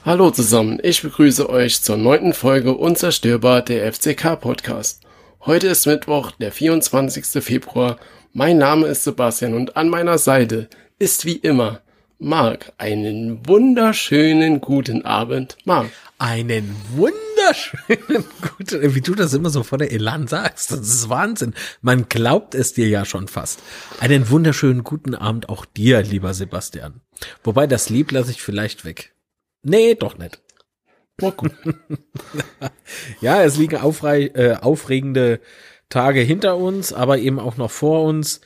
Hallo zusammen, ich begrüße euch zur 9. Folge Unzerstörbar, der FCK-Podcast. Heute ist Mittwoch, der 24. Februar. Mein Name ist Sebastian und an meiner Seite ist wie immer Marc. Einen wunderschönen guten Abend, Marc. Einen wunderschönen guten, wie du das immer so voller Elan sagst, das ist Wahnsinn. Man glaubt es dir ja schon fast. Einen wunderschönen guten Abend auch dir, lieber Sebastian. Wobei das Lieb lasse ich vielleicht weg. Nee, doch nicht. Oh, gut. Ja, es liegen aufregende Tage hinter uns, aber eben auch noch vor uns.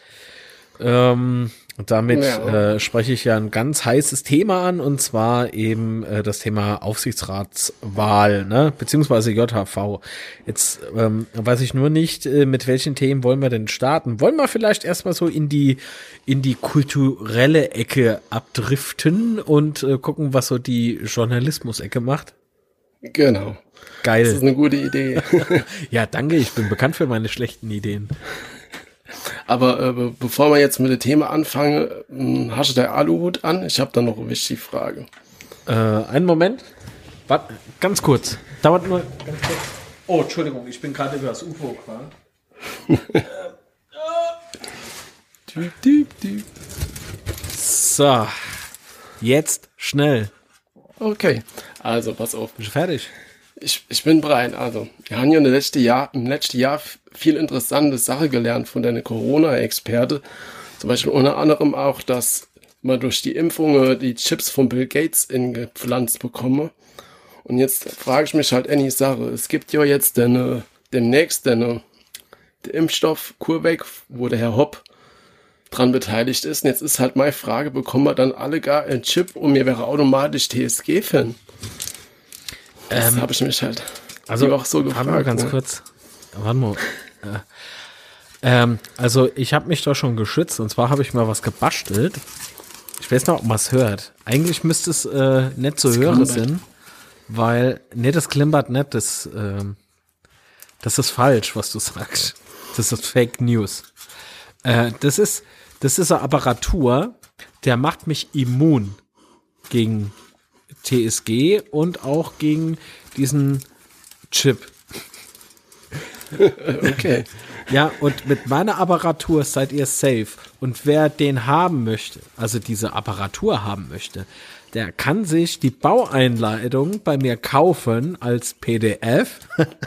Damit spreche ich ja ein ganz heißes Thema an, und zwar eben das Thema Aufsichtsratswahl, ne, beziehungsweise JHV. Jetzt weiß ich nur nicht, mit welchen Themen wollen wir denn starten. Wollen wir vielleicht erstmal so in die kulturelle Ecke abdriften und gucken, was so die Journalismus-Ecke macht? Genau. Geil. Das ist eine gute Idee. Ja, danke, ich bin bekannt für meine schlechten Ideen. Aber bevor wir jetzt mit dem Thema anfangen, hast du der Aluhut an? Ich habe da noch eine wichtige Frage. Einen Moment. Warte, ganz kurz. Dauert nur ganz kurz. Oh, Entschuldigung, ich bin gerade über das UFO gefahren. So. Jetzt schnell. Okay, also pass auf. Bist du fertig? Ich bin bereit. Also, wir haben ja im letzten Jahr viel interessante Sachen gelernt von deiner Corona-Experte. Zum Beispiel unter anderem auch, dass man durch die Impfungen die Chips von Bill Gates ingepflanzt bekomme. Und jetzt frage ich mich halt eine Sache. Es gibt ja jetzt demnächst der Impfstoff CureVac, wo der Herr Hopp dran beteiligt ist. Und jetzt ist halt meine Frage, bekommen wir dann alle gar einen Chip und mir wäre automatisch TSG-Fan? Das habe ich mich halt auch so gefragt. Warte mal ganz kurz. Warte mal. Also ich habe mich da schon geschützt, und zwar habe ich mal was gebastelt. Ich weiß noch, ob man es hört. Eigentlich müsste es nicht zu hören sein, weil, nee, das klimpert nicht. Das ist falsch, was du sagst. Das ist Fake News. Das ist eine Apparatur, der macht mich immun gegen TSG und auch gegen diesen Chip. Okay. Ja, und mit meiner Apparatur seid ihr safe. Und wer den haben möchte, also diese Apparatur haben möchte, der kann sich die Baueinleitung bei mir kaufen als PDF.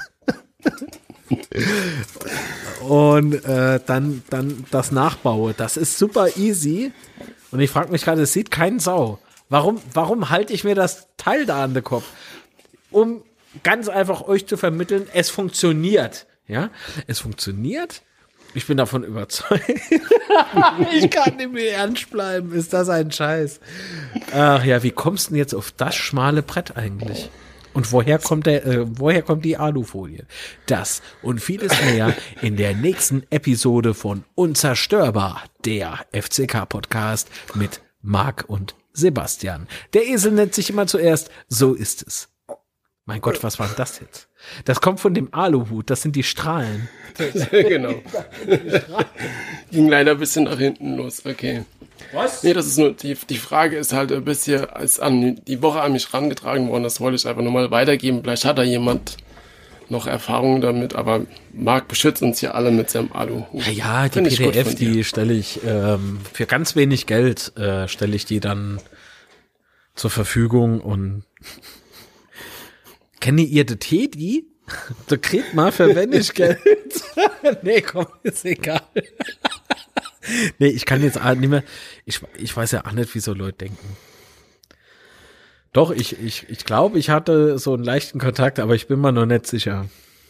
Und dann das nachbaue. Das ist super easy. Und ich frage mich gerade, es sieht kein Sau. Warum halte ich mir das Teil da an den Kopf? Um ganz einfach euch zu vermitteln, es funktioniert. Ja, es funktioniert. Ich bin davon überzeugt. Ich kann nicht mehr ernst bleiben. Ist das ein Scheiß? Ach ja, wie kommst du denn jetzt auf das schmale Brett eigentlich? Und woher kommt die Alufolie? Das und vieles mehr in der nächsten Episode von Unzerstörbar, der FCK-Podcast mit Marc und Sebastian. Der Esel nennt sich immer zuerst, so ist es. Mein Gott, was war denn das jetzt? Das kommt von dem Aluhut, das sind die Strahlen. Genau. Ging leider ein bisschen nach hinten los, okay. Was? Nee, das ist nur, die Frage ist halt ein bisschen die Woche an mich rangetragen worden, das wollte ich einfach nur mal weitergeben. Vielleicht hat da jemand noch Erfahrung damit, aber Marc beschützt uns ja alle mit seinem Aluhut. Ja, die PDF, die stelle ich für ganz wenig Geld, stelle ich die dann zur Verfügung. Und kennt ihr den Teddy? Da kriegt mal für wenig Geld. Nee, komm, ist egal. Nee, ich kann jetzt nicht mehr, ich weiß ja auch nicht, wie so Leute denken. Doch, ich glaube, ich hatte so einen leichten Kontakt, aber ich bin mir noch nicht sicher.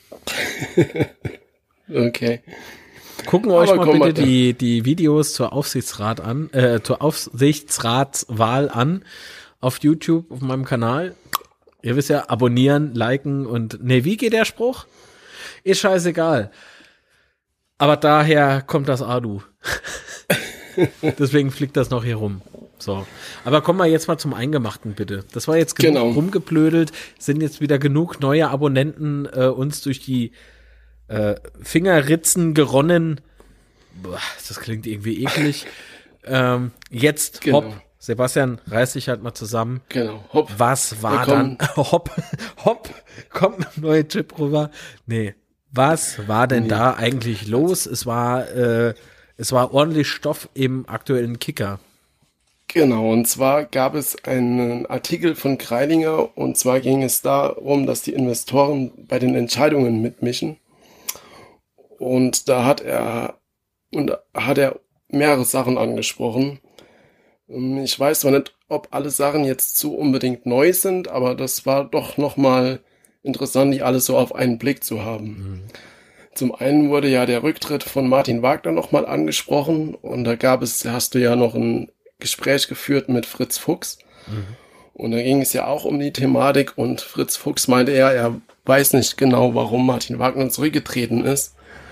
Okay. Gucken euch mal bitte die Videos zur zur Aufsichtsratswahl an auf YouTube, auf meinem Kanal. Ihr wisst ja, abonnieren, liken und, nee, wie geht der Spruch? Ist scheißegal. Aber daher kommt das Adu. Deswegen fliegt das noch hier rum. So. Aber kommen wir jetzt mal zum Eingemachten, bitte. Das war jetzt genug rumgeblödelt. Sind jetzt wieder genug neue Abonnenten uns durch die Fingerritzen geronnen. Boah, das klingt irgendwie eklig. Jetzt Hopp Sebastian, reiß dich halt mal zusammen. Genau, hopp. Was war dann, hopp, kommt ein neuer Chip rüber. Nee, was war denn da eigentlich los? Es war ordentlich Stoff im aktuellen Kicker. Genau, und zwar gab es einen Artikel von Kreilinger, und zwar ging es darum, dass die Investoren bei den Entscheidungen mitmischen. Und da hat er mehrere Sachen angesprochen. Ich weiß zwar nicht, ob alle Sachen jetzt so unbedingt neu sind, aber das war doch nochmal interessant, die alles so auf einen Blick zu haben. Zum einen wurde ja der Rücktritt von Martin Wagner nochmal angesprochen, und da hast du ja noch ein Gespräch geführt mit Fritz Fuchs. Und da ging es ja auch um die Thematik, und Fritz Fuchs meinte er weiß nicht genau, warum Martin Wagner zurückgetreten ist.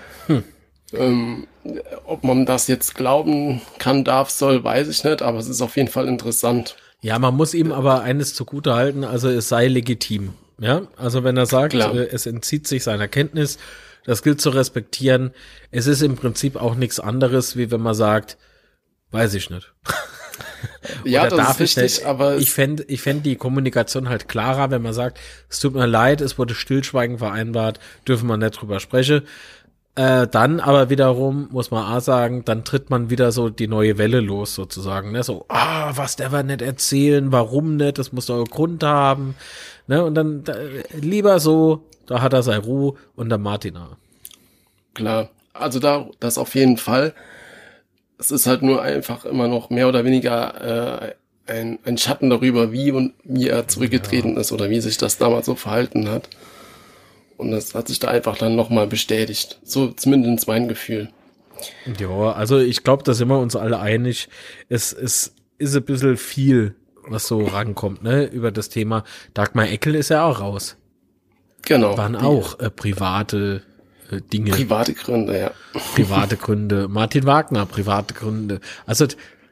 Ob man das jetzt glauben kann, soll, weiß ich nicht, aber es ist auf jeden Fall interessant. Ja, man muss ihm aber eines zugute halten, also es sei legitim. Ja, also wenn er sagt, es entzieht sich seiner Kenntnis, das gilt zu respektieren. Es ist im Prinzip auch nichts anderes, wie wenn man sagt, weiß ich nicht. Ja, das ist richtig, nicht, aber ich fänd die Kommunikation halt klarer, wenn man sagt, es tut mir leid, es wurde Stillschweigen vereinbart, dürfen wir nicht drüber sprechen. Dann aber wiederum, muss man auch sagen, dann tritt man wieder so die neue Welle los sozusagen. Ne? So, was der wir nicht erzählen, warum nicht, das muss doch einen Grund haben. Ne? Und dann lieber so, da hat er seine Ruhe, und der Martina. Klar, also das auf jeden Fall. Es ist halt nur einfach immer noch mehr oder weniger ein Schatten darüber, wie er zurückgetreten ist oder wie sich das damals so verhalten hat. Und das hat sich da einfach dann nochmal bestätigt. So zumindest mein Gefühl. Ja, also ich glaube, da sind wir uns alle einig. Es ist ein bisschen viel, was so rankommt, ne, über das Thema. Dagmar Eckel ist ja auch raus. Genau. Waren auch private Dinge. Private Gründe, ja. Private Gründe. Martin Wagner, private Gründe. Also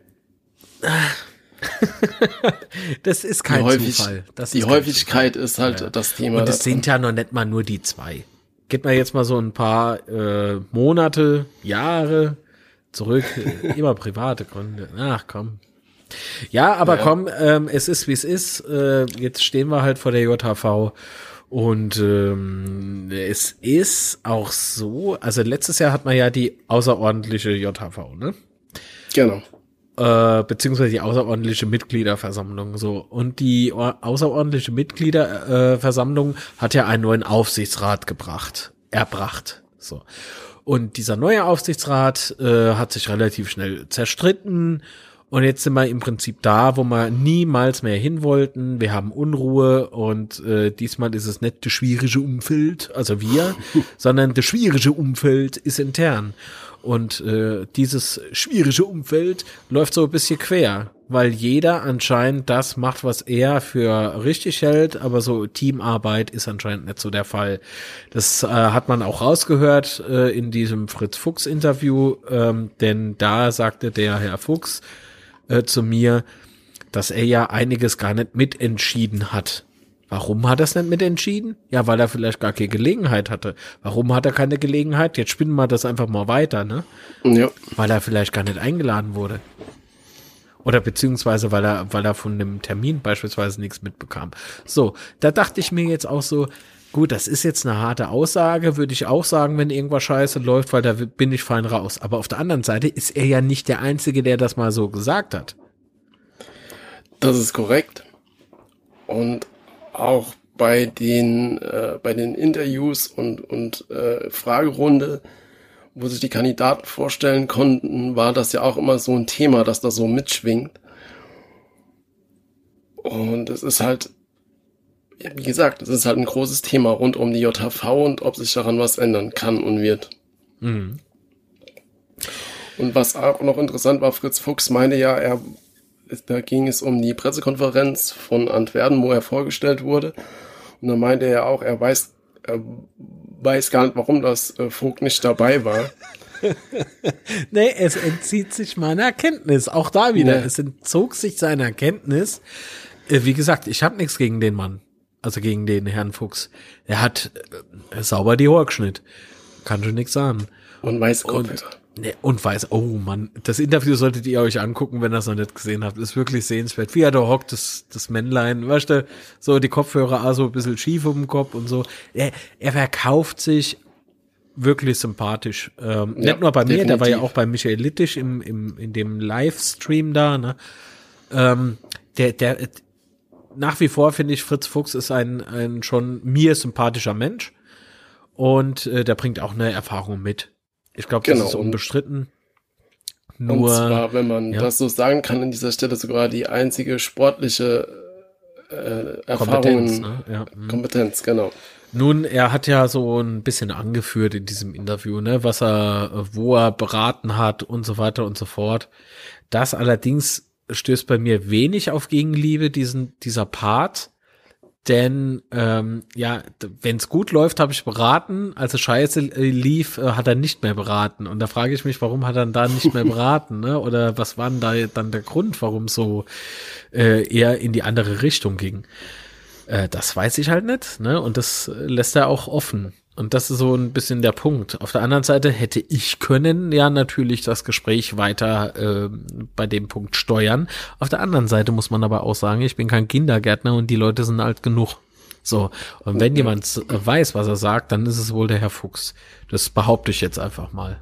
das ist kein Zufall. Die Häufigkeit ist halt das Thema. Und es sind ja noch nicht mal nur die zwei. Geht man jetzt mal so ein paar Monate, Jahre zurück, immer private Gründe. Ach komm. Ja, aber komm, es ist wie es ist. Jetzt stehen wir halt vor der JHV. Und es ist auch so, also letztes Jahr hat man ja die außerordentliche JHV, ne? Genau. Beziehungsweise die außerordentliche Mitgliederversammlung, so. Und die außerordentliche Mitgliederversammlung hat ja einen neuen Aufsichtsrat erbracht, so. Und dieser neue Aufsichtsrat hat sich relativ schnell zerstritten. Und jetzt sind wir im Prinzip da, wo wir niemals mehr hin wollten. Wir haben Unruhe, und diesmal ist es nicht das schwierige Umfeld, also wir, sondern das schwierige Umfeld ist intern. Und dieses schwierige Umfeld läuft so ein bisschen quer, weil jeder anscheinend das macht, was er für richtig hält, aber so Teamarbeit ist anscheinend nicht so der Fall. Das hat man auch rausgehört in diesem Fritz-Fuchs-Interview, denn da sagte der Herr Fuchs zu mir, dass er ja einiges gar nicht mitentschieden hat. Warum hat er es nicht mitentschieden? Ja, weil er vielleicht gar keine Gelegenheit hatte. Warum hat er keine Gelegenheit? Jetzt spinnen wir das einfach mal weiter, ne? Ja. Weil er vielleicht gar nicht eingeladen wurde. Oder beziehungsweise, weil er von dem Termin beispielsweise nichts mitbekam. So, da dachte ich mir jetzt auch so, gut, das ist jetzt eine harte Aussage, würde ich auch sagen, wenn irgendwas scheiße läuft, weil da bin ich fein raus. Aber auf der anderen Seite ist er ja nicht der Einzige, der das mal so gesagt hat. Das ist korrekt. Und auch bei den Interviews und Fragerunde, wo sich die Kandidaten vorstellen konnten, war das ja auch immer so ein Thema, dass das so mitschwingt. Und es ist halt, ja, wie gesagt, es ist halt ein großes Thema rund um die JHV und ob sich daran was ändern kann und wird. Mhm. Und was auch noch interessant war, Fritz Fuchs meinte ja, da ging es um die Pressekonferenz von Antwerpen, wo er vorgestellt wurde. Und da meinte er auch, er weiß gar nicht, warum das Vogt nicht dabei war. Nee, es entzieht sich meiner Kenntnis. Auch da wieder, Nee. Es entzog sich seiner Kenntnis. Wie gesagt, ich habe nichts gegen den Mann. Also gegen den Herrn Fuchs. Er hat sauber die Haare geschnitten. Kann schon nichts sagen. Und weiß Kopfhörer. Ne, und weiß, oh Mann, das Interview solltet ihr euch angucken, wenn ihr es noch nicht gesehen habt. Ist wirklich sehenswert. Wie er da hockt, das Männlein, weißt du, so die Kopfhörer auch so ein bisschen schief um den Kopf und so. Er verkauft sich wirklich sympathisch. Nicht nur bei mir, der war ja auch bei Michael Littisch in dem Livestream da, ne? Der nach wie vor finde ich, Fritz Fuchs ist ein schon mir sympathischer Mensch und der bringt auch eine Erfahrung mit. Ich glaube, das ist unbestritten. Nur, und zwar, wenn man das so sagen kann, an dieser Stelle sogar die einzige sportliche Erfahrung, Kompetenz, genau. Nun, er hat ja so ein bisschen angeführt in diesem Interview, ne, wo er beraten hat und so weiter und so fort. Das allerdings stößt bei mir wenig auf Gegenliebe, dieser Part. Denn, wenn es gut läuft, habe ich beraten. Als es scheiße lief, hat er nicht mehr beraten. Und da frage ich mich, warum hat er dann da nicht mehr beraten? Ne? Oder was war denn da dann der Grund, warum so eher in die andere Richtung ging? Das weiß ich halt nicht. Ne? Und das lässt er auch offen. Und das ist so ein bisschen der Punkt. Auf der anderen Seite hätte ich können ja natürlich das Gespräch weiter bei dem Punkt steuern. Auf der anderen Seite muss man aber auch sagen, ich bin kein Kindergärtner und die Leute sind alt genug. So, und wenn jemand weiß, was er sagt, dann ist es wohl der Herr Fuchs. Das behaupte ich jetzt einfach mal.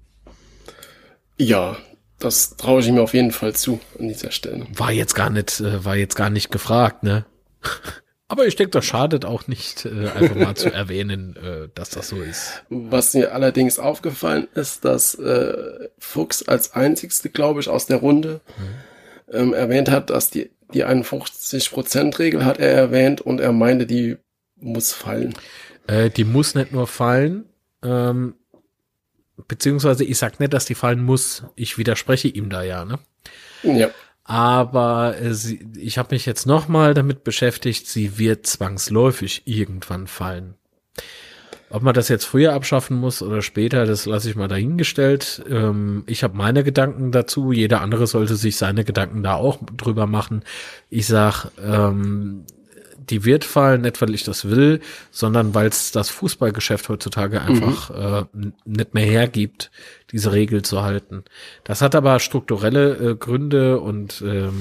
Ja, das traue ich mir auf jeden Fall zu an dieser Stelle. War jetzt gar nicht gefragt, ne? Aber ich denke, das schadet auch nicht, einfach mal zu erwähnen, dass das so ist. Was mir allerdings aufgefallen ist, dass Fuchs als einzigste, glaube ich, aus der Runde erwähnt hat, dass die 51%-Regel hat er erwähnt und er meinte, die muss fallen. Die muss nicht nur fallen, beziehungsweise ich sag nicht, dass die fallen muss. Ich widerspreche ihm da ja, ne? Ja. Aber ich habe mich jetzt nochmal damit beschäftigt, sie wird zwangsläufig irgendwann fallen. Ob man das jetzt früher abschaffen muss oder später, das lasse ich mal dahingestellt. Ich habe meine Gedanken dazu, jeder andere sollte sich seine Gedanken da auch drüber machen. Ich sag, die wird fallen, nicht weil ich das will, sondern weil es das Fußballgeschäft heutzutage einfach nicht mehr hergibt, diese Regel zu halten. Das hat aber strukturelle Gründe und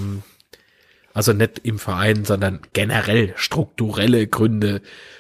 also nicht im Verein, sondern generell strukturelle Gründe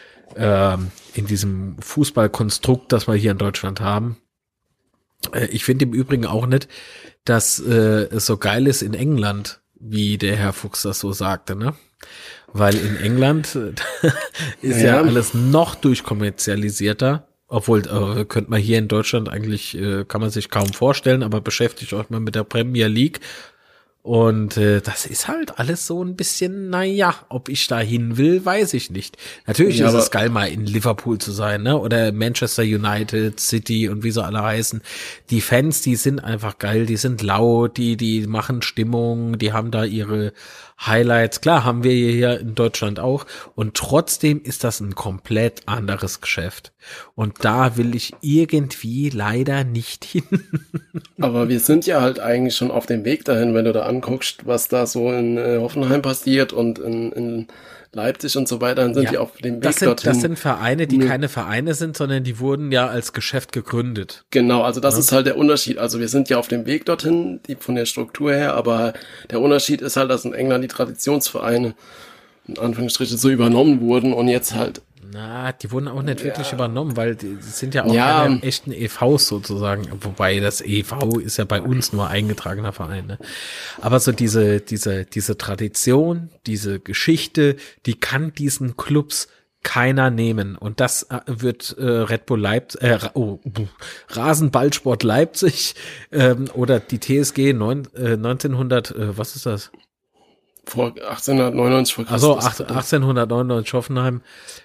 in diesem Fußballkonstrukt, das wir hier in Deutschland haben. Ich finde im Übrigen auch nicht, dass es so geil ist in England, wie der Herr Fuchs das so sagte, ne? Weil in England ist ja alles noch durchkommerzialisierter, obwohl könnte man hier in Deutschland eigentlich, kann man sich kaum vorstellen, aber beschäftigt euch mal mit der Premier League. Und das ist halt alles so ein bisschen, naja, ob ich da hin will, weiß ich nicht. Natürlich ist es geil, mal in Liverpool zu sein, ne? Oder Manchester United, City und wie sie alle heißen. Die Fans, die sind einfach geil, die sind laut, die machen Stimmung, die haben da ihre Highlights. Klar, haben wir hier in Deutschland auch. Und trotzdem ist das ein komplett anderes Geschäft. Und da will ich irgendwie leider nicht hin. Aber wir sind ja halt eigentlich schon auf dem Weg dahin, wenn du da anguckst, was da so in Hoffenheim passiert und in Leipzig und so weiter, dann sind die auf dem Weg dorthin. Das sind Vereine, die keine Vereine sind, sondern die wurden ja als Geschäft gegründet. Genau, also das ist halt der Unterschied. Also wir sind ja auf dem Weg dorthin, von der Struktur her, aber der Unterschied ist halt, dass in England die Traditionsvereine in Anführungsstrichen so übernommen wurden und jetzt halt. Na, die wurden auch nicht wirklich übernommen, weil die sind ja auch keine echten EVs sozusagen, wobei das EV ist ja bei uns nur eingetragener Verein, ne? Aber so diese Tradition, diese Geschichte, die kann diesen Clubs keiner nehmen. Und das wird Red Bull Leipzig, Rasenballsport Leipzig oder die TSG 1900, was ist das? Vor 1899 vor Christus. Also 1899 Hoffenheim,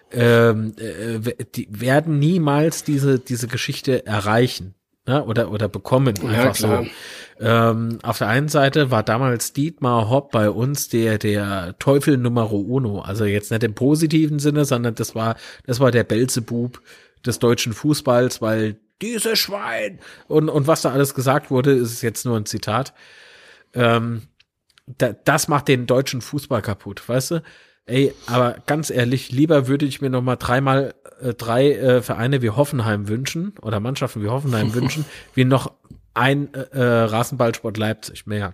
die werden niemals diese Geschichte erreichen, ne? oder bekommen, einfach so. Auf der einen Seite war damals Dietmar Hopp bei uns der Teufel Numero Uno, also jetzt nicht im positiven Sinne, sondern das war der Belzebub des deutschen Fußballs, weil dieses Schwein und was da alles gesagt wurde, ist jetzt nur ein Zitat. Das macht den deutschen Fußball kaputt, weißt du? Ey, aber ganz ehrlich, lieber würde ich mir noch mal drei Vereine wie Hoffenheim wünschen oder Mannschaften wie Hoffenheim wünschen, wie noch ein Rasenballsport Leipzig mehr.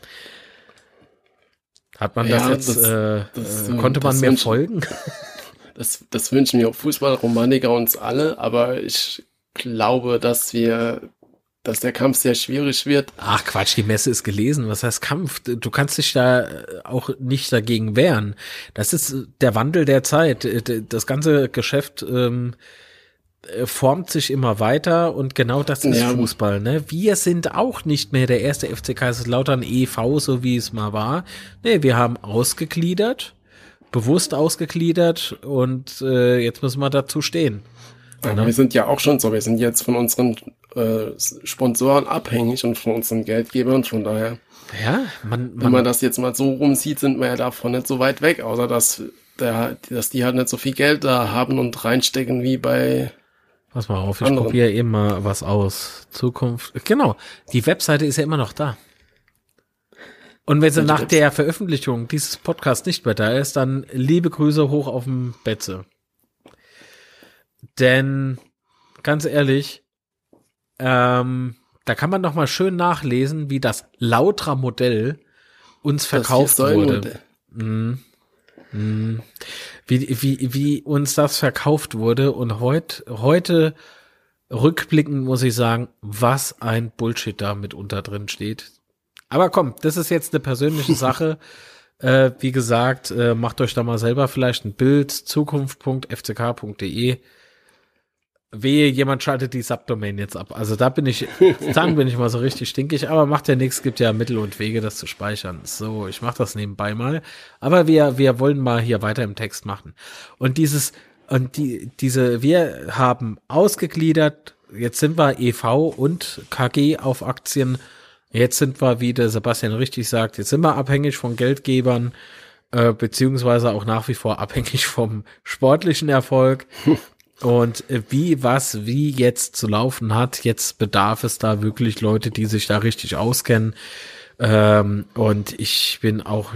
Hat man das jetzt, konnte man mir folgen? Das wünschen wir Fußballromantiker uns alle, aber ich glaube, dass der Kampf sehr schwierig wird. Ach Quatsch, die Messe ist gelesen. Was heißt Kampf? Du kannst dich da auch nicht dagegen wehren. Das ist der Wandel der Zeit. Das ganze Geschäft formt sich immer weiter und genau das ist Fußball. Ne? Wir sind auch nicht mehr der erste FC Kaiserslautern e.V., so wie es mal war. Nee, wir haben ausgegliedert, bewusst ausgegliedert und jetzt müssen wir dazu stehen. Aber wir sind ja auch schon so, wir sind jetzt von unseren Sponsoren abhängig und von unseren Geldgebern, von daher, ja, wenn man das jetzt mal so rumsieht, sind wir ja davon nicht so weit weg, außer dass die halt nicht so viel Geld da haben und reinstecken wie bei Pass mal auf, ich anderen. probiere eben mal was aus. Zukunft, genau, die Webseite ist ja immer noch da. Und wenn sie nach der Veröffentlichung dieses Podcasts nicht mehr da ist, dann liebe Grüße hoch auf dem Betze. Denn, ganz ehrlich, da kann man noch mal schön nachlesen, wie das Lautra-Modell uns verkauft wurde. Wie uns das verkauft wurde. Und heute rückblickend muss ich sagen, was ein Bullshit da mitunter drin steht. Aber komm, das ist jetzt eine persönliche Sache. Wie gesagt, macht euch da mal selber vielleicht ein Bild, zukunft.fck.de. Wehe, jemand schaltet die Subdomain jetzt ab. Also dann bin ich mal so richtig stinkig, aber macht ja nichts, gibt ja Mittel und Wege, das zu speichern. So, ich mache das nebenbei mal. Aber wir wollen mal hier weiter im Text machen. Und wir haben ausgegliedert, jetzt sind wir e.V. und KG auf Aktien. Jetzt sind wir, wie der Sebastian richtig sagt, jetzt sind wir abhängig von Geldgebern, beziehungsweise auch nach wie vor abhängig vom sportlichen Erfolg. Und wie jetzt zu laufen hat, jetzt bedarf es da wirklich Leute, die sich da richtig auskennen. Und ich bin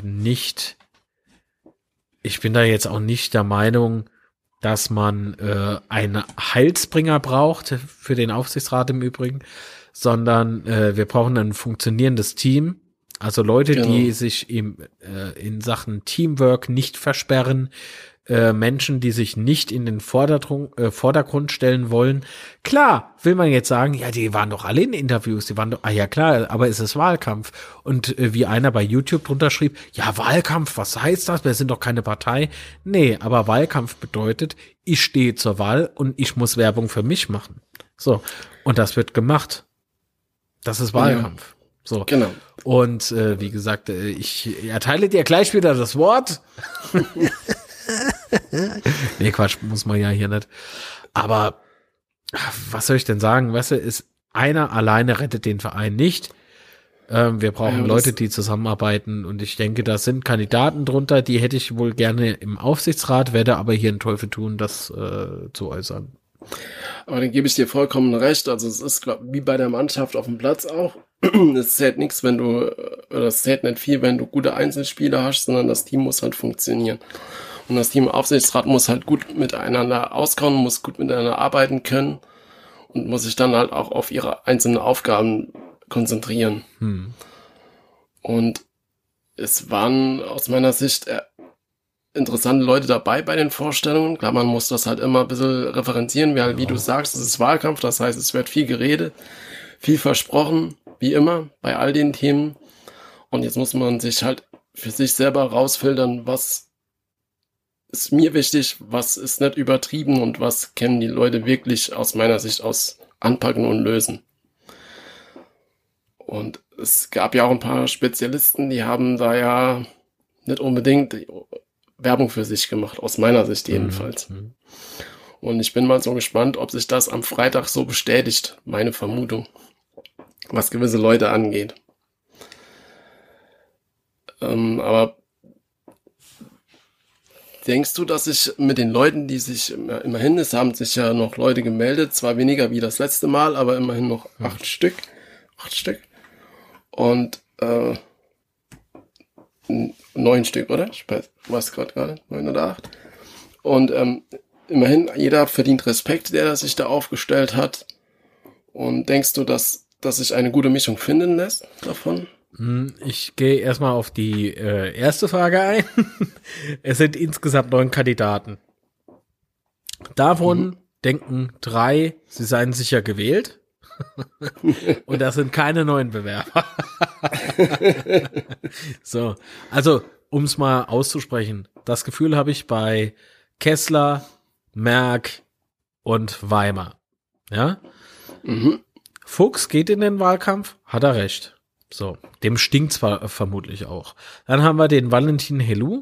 da jetzt auch nicht der Meinung, dass man einen Heilsbringer braucht, für den Aufsichtsrat im Übrigen, sondern wir brauchen ein funktionierendes Team. Also Leute, genau, die sich in Sachen Teamwork nicht versperren, Menschen, die sich nicht in den Vordergrund stellen wollen. Klar, will man jetzt sagen, ja, die waren doch alle in Interviews, ja klar, aber es ist Wahlkampf. Und wie einer bei YouTube drunter schrieb, ja, Wahlkampf, was heißt das? Wir sind doch keine Partei. Nee, aber Wahlkampf bedeutet, ich stehe zur Wahl und ich muss Werbung für mich machen. So, und das wird gemacht. Das ist Wahlkampf. Ja. So. Genau. Und wie gesagt, ich erteile dir gleich wieder das Wort. Nee, Quatsch, muss man ja hier nicht. Aber was soll ich denn sagen? Weißt du, einer alleine rettet den Verein nicht. Wir brauchen Leute, die zusammenarbeiten. Und ich denke, da sind Kandidaten drunter, die hätte ich wohl gerne im Aufsichtsrat, werde aber hier einen Teufel tun, das zu äußern. Aber dann gebe ich dir vollkommen recht. Also es ist, glaube ich, wie bei der Mannschaft auf dem Platz auch. Es zählt nichts, es zählt nicht viel, wenn du gute Einzelspieler hast, sondern das Team muss halt funktionieren. Und das Team Aufsichtsrat muss halt gut miteinander auskommen, muss gut miteinander arbeiten können und muss sich dann halt auch auf ihre einzelnen Aufgaben konzentrieren. Und es waren aus meiner Sicht interessante Leute dabei bei den Vorstellungen. Klar, man muss das halt immer ein bisschen referenzieren, wie du sagst, es ist Wahlkampf, das heißt, es wird viel geredet, viel versprochen, wie immer, bei all den Themen. Und jetzt muss man sich halt für sich selber rausfiltern, was ist mir wichtig, was ist nicht übertrieben und was kennen die Leute wirklich aus meiner Sicht aus anpacken und lösen. Und es gab ja auch ein paar Spezialisten, die haben da ja nicht unbedingt Werbung für sich gemacht, aus meiner Sicht jedenfalls. Und ich bin mal so gespannt, ob sich das am Freitag so bestätigt, meine Vermutung, was gewisse Leute angeht. Aber denkst du, dass ich mit den Leuten, die sich immerhin, es haben sich ja noch Leute gemeldet, zwar weniger wie das letzte Mal, aber immerhin noch 8 Stück. Und 9 Stück, oder? Ich weiß gerade, 9 oder 8. Und immerhin, jeder verdient Respekt, der sich da aufgestellt hat. Und denkst du, dass dass sich eine gute Mischung finden lässt davon? Ich gehe erstmal auf die erste Frage ein. Es sind insgesamt 9 Kandidaten. Davon denken 3, sie seien sicher gewählt. Und das sind keine neuen Bewerber. So, also, um es mal auszusprechen, das Gefühl habe ich bei Kessler, Merck und Weimar. Ja? Fuchs geht in den Wahlkampf, hat er recht. So, dem stinkt's vermutlich auch. Dann haben wir den Valentin Hello,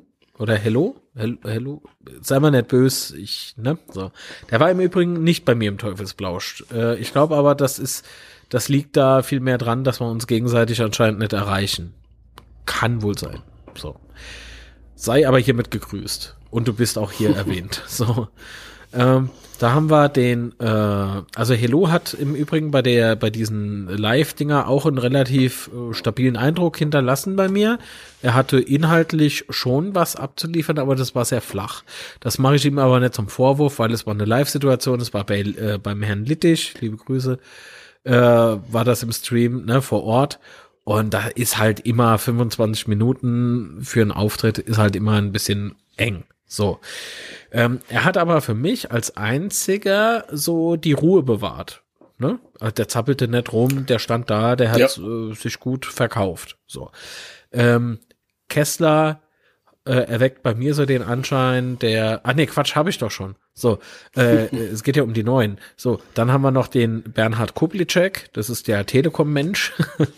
sei mal nicht böse, so. Der war im Übrigen nicht bei mir im Teufelsblausch. Ich glaube aber, das liegt da viel mehr dran, dass wir uns gegenseitig anscheinend nicht erreichen. Kann wohl sein. So. Sei aber hiermit gegrüßt. Und du bist auch hier erwähnt. So. Da haben wir also Hello hat im Übrigen bei diesen Live-Dinger auch einen relativ stabilen Eindruck hinterlassen bei mir. Er hatte inhaltlich schon was abzuliefern, aber das war sehr flach. Das mache ich ihm aber nicht zum Vorwurf, weil es war eine Live-Situation, es war beim Herrn Littich, liebe Grüße, war das im Stream, ne, vor Ort. Und da ist halt immer 25 Minuten für einen Auftritt ist halt immer ein bisschen eng. So. Er hat aber für mich als einziger so die Ruhe bewahrt. Ne? Also der zappelte nicht rum, der stand da, der hat sich gut verkauft. So. Kessler erweckt bei mir so den Anschein habe ich doch schon. So, es geht ja um die Neuen. So, dann haben wir noch den Bernhard Kublicek, das ist der Telekom-Mensch.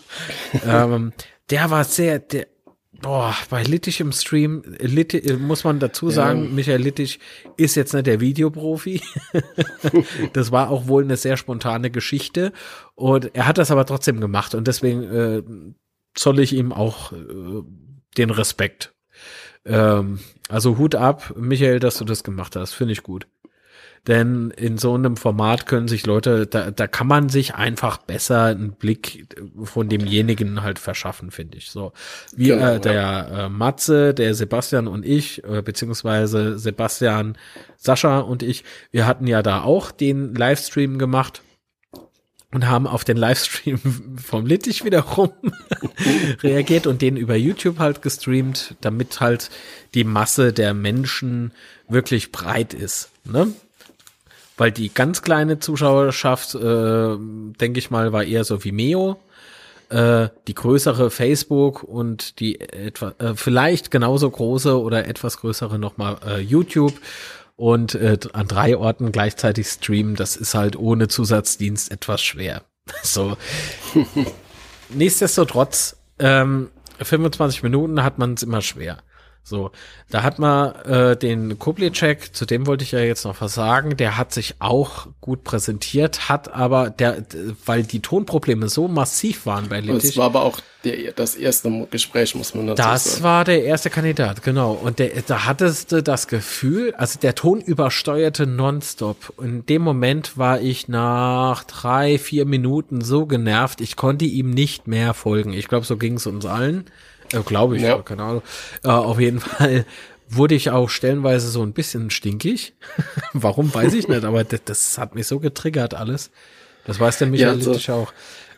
Der war bei Littich im Stream, muss man dazu sagen, Michael Littich ist jetzt nicht der Videoprofi. Das war auch wohl eine sehr spontane Geschichte und er hat das aber trotzdem gemacht und deswegen zolle ich ihm auch den Respekt. Also Hut ab, Michael, dass du das gemacht hast, finde ich gut. Denn in so einem Format können sich Leute, da kann man sich einfach besser einen Blick von demjenigen halt verschaffen, finde ich. So wie der Matze, der Sebastian und ich, beziehungsweise Sebastian, Sascha und ich, wir hatten ja da auch den Livestream gemacht und haben auf den Livestream vom Littich wiederum reagiert und den über YouTube halt gestreamt, damit halt die Masse der Menschen wirklich breit ist, ne? Weil die ganz kleine Zuschauerschaft, denke ich mal, war eher so Vimeo, die größere Facebook und die vielleicht genauso große oder etwas größere nochmal YouTube und an 3 Orten gleichzeitig streamen, das ist halt ohne Zusatzdienst etwas schwer. So. Nichtsdestotrotz, 25 Minuten hat man es immer schwer. So, da hat man den Kublicek, zu dem wollte ich ja jetzt noch was sagen, der hat sich auch gut präsentiert, hat aber, weil die Tonprobleme so massiv waren bei Littich. Das war aber auch das erste Gespräch, muss man dazu sagen. Das war der erste Kandidat, genau. Und da hattest du das Gefühl, also der Ton übersteuerte nonstop. Und in dem Moment war ich nach 3-4 Minuten so genervt, ich konnte ihm nicht mehr folgen. Ich glaube, so ging es uns allen. Glaube ich, keine Ahnung. Auf jeden Fall wurde ich auch stellenweise so ein bisschen stinkig. Warum, weiß ich nicht, aber das hat mich so getriggert alles. Das weiß der Michael Littich auch.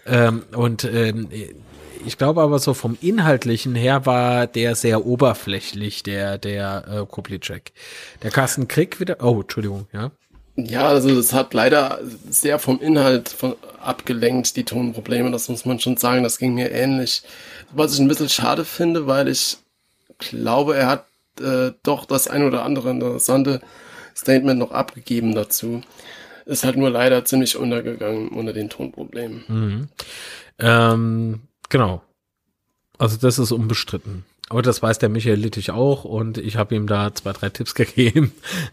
Ich glaube aber so vom Inhaltlichen her war der sehr oberflächlich, der Kublicek. Der Carsten Krick wieder, Entschuldigung, ja. Ja, also das hat leider sehr vom Inhalt abgelenkt, die Tonprobleme, das muss man schon sagen, das ging mir ähnlich. Was ich ein bisschen schade finde, weil ich glaube, er hat doch das ein oder andere interessante Statement noch abgegeben dazu. Ist halt nur leider ziemlich untergegangen unter den Tonproblemen. Genau. Also das ist unbestritten. Aber das weiß der Michael Littich auch und ich habe ihm da 2-3 Tipps gegeben.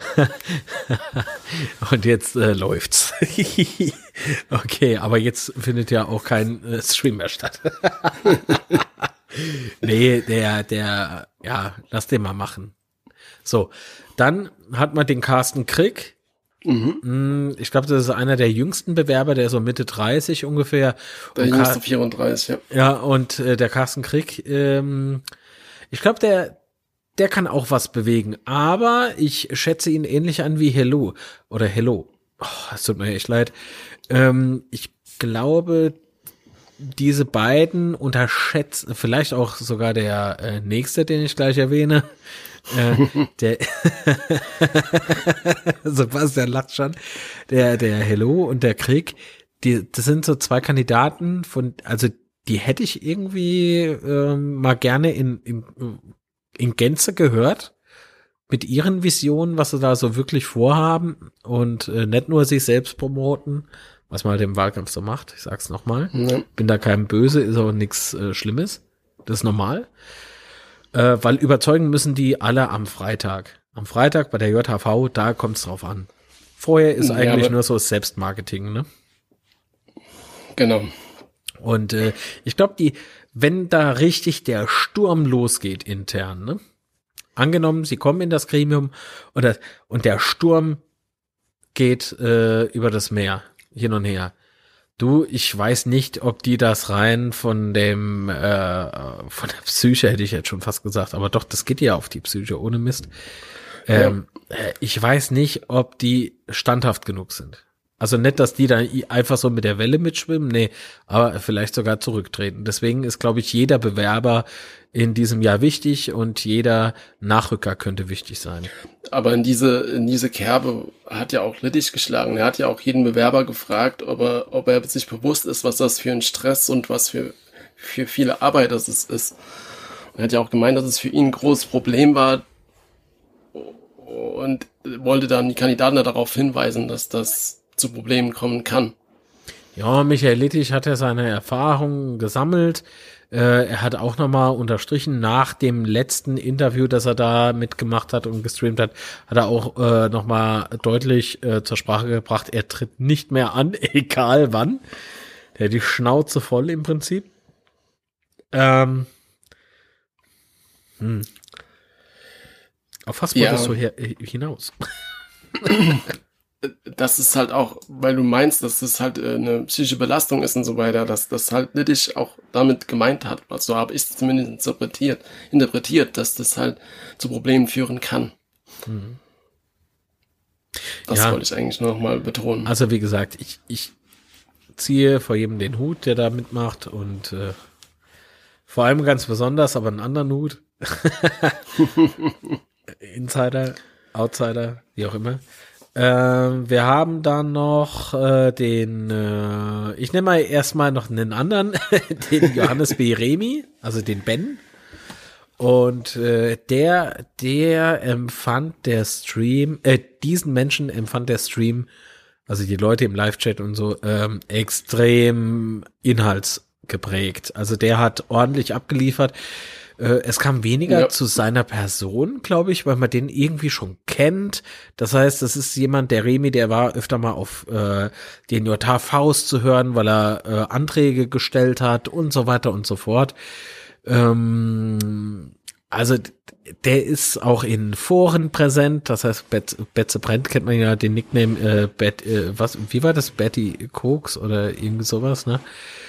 Und jetzt läuft's. Okay, aber jetzt findet ja auch kein Stream mehr statt. Nee, lass den mal machen. So, dann hat man den Carsten Krick. Ich glaube, das ist einer der jüngsten Bewerber, der so Mitte 30 ungefähr. Der jüngste 34, ja. Ja, und der Carsten Krick, ich glaube, der kann auch was bewegen, aber ich schätze ihn ähnlich an wie Hello. Es tut mir echt leid. Ich glaube, diese beiden unterschätzen, vielleicht auch sogar der nächste, den ich gleich erwähne, der Sebastian lacht schon, der Hello und der Krieg, das sind so zwei Kandidaten also die hätte ich irgendwie mal gerne in Gänze gehört, mit ihren Visionen, was sie da so wirklich vorhaben und nicht nur sich selbst promoten, was man halt im Wahlkampf so macht, ich sag's nochmal, bin da keinem böse, ist auch nichts Schlimmes, das ist normal, weil überzeugen müssen die alle am Freitag. Am Freitag bei der JHV, da kommt's drauf an. Vorher ist eigentlich nur so Selbstmarketing, ne? Genau. Und ich glaube, wenn da richtig der Sturm losgeht intern, ne? Angenommen, sie kommen in das Gremium und der Sturm geht über das Meer, hin und her. Ich weiß nicht, ob die das rein von der Psyche, hätte ich jetzt schon fast gesagt, aber doch, das geht ja auf die Psyche, ohne Mist. Ich weiß nicht, ob die standhaft genug sind. Also nicht, dass die da einfach so mit der Welle mitschwimmen, nee, aber vielleicht sogar zurücktreten. Deswegen ist, glaube ich, jeder Bewerber in diesem Jahr wichtig und jeder Nachrücker könnte wichtig sein. Aber in diese Kerbe hat ja auch Littich geschlagen. Er hat ja auch jeden Bewerber gefragt, ob er sich bewusst ist, was das für ein Stress und was für viele Arbeit das ist. Und er hat ja auch gemeint, dass es für ihn ein großes Problem war und wollte dann die Kandidaten darauf hinweisen, dass das zu Problemen kommen kann. Ja, Michael Littich hat ja seine Erfahrungen gesammelt. Er hat auch nochmal unterstrichen, nach dem letzten Interview, das er da mitgemacht hat und gestreamt hat, hat er auch nochmal deutlich zur Sprache gebracht, er tritt nicht mehr an, egal wann. Der hat die Schnauze voll im Prinzip. Auf was wolltest du hinaus? Das ist halt auch, weil du meinst, dass das halt eine psychische Belastung ist und so weiter, dass das halt Littich auch damit gemeint hat. Also habe ich es zumindest interpretiert, dass das halt zu Problemen führen kann. Mhm. Das wollte ich eigentlich noch mal betonen. Also wie gesagt, ich ziehe vor jedem den Hut, der da mitmacht und vor allem ganz besonders, aber einen anderen Hut. Insider, Outsider, wie auch immer. Wir haben dann noch ich nenne mal erstmal noch einen anderen, den Johannes B. Remy, also den Ben. Und der empfand der Stream, diesen Menschen empfand der Stream, also die Leute im Live-Chat und so, extrem inhaltsgeprägt. Also der hat ordentlich abgeliefert. Es kam weniger zu seiner Person, glaube ich, weil man den irgendwie schon kennt. Das heißt, das ist jemand, der Remy, der war öfter mal auf den JHVs zu hören, weil er Anträge gestellt hat und so weiter und so fort. Also der ist auch in Foren präsent. Das heißt, Betze Brent kennt man ja den Nickname wie war das? Betty Koks oder irgendwie sowas, ne?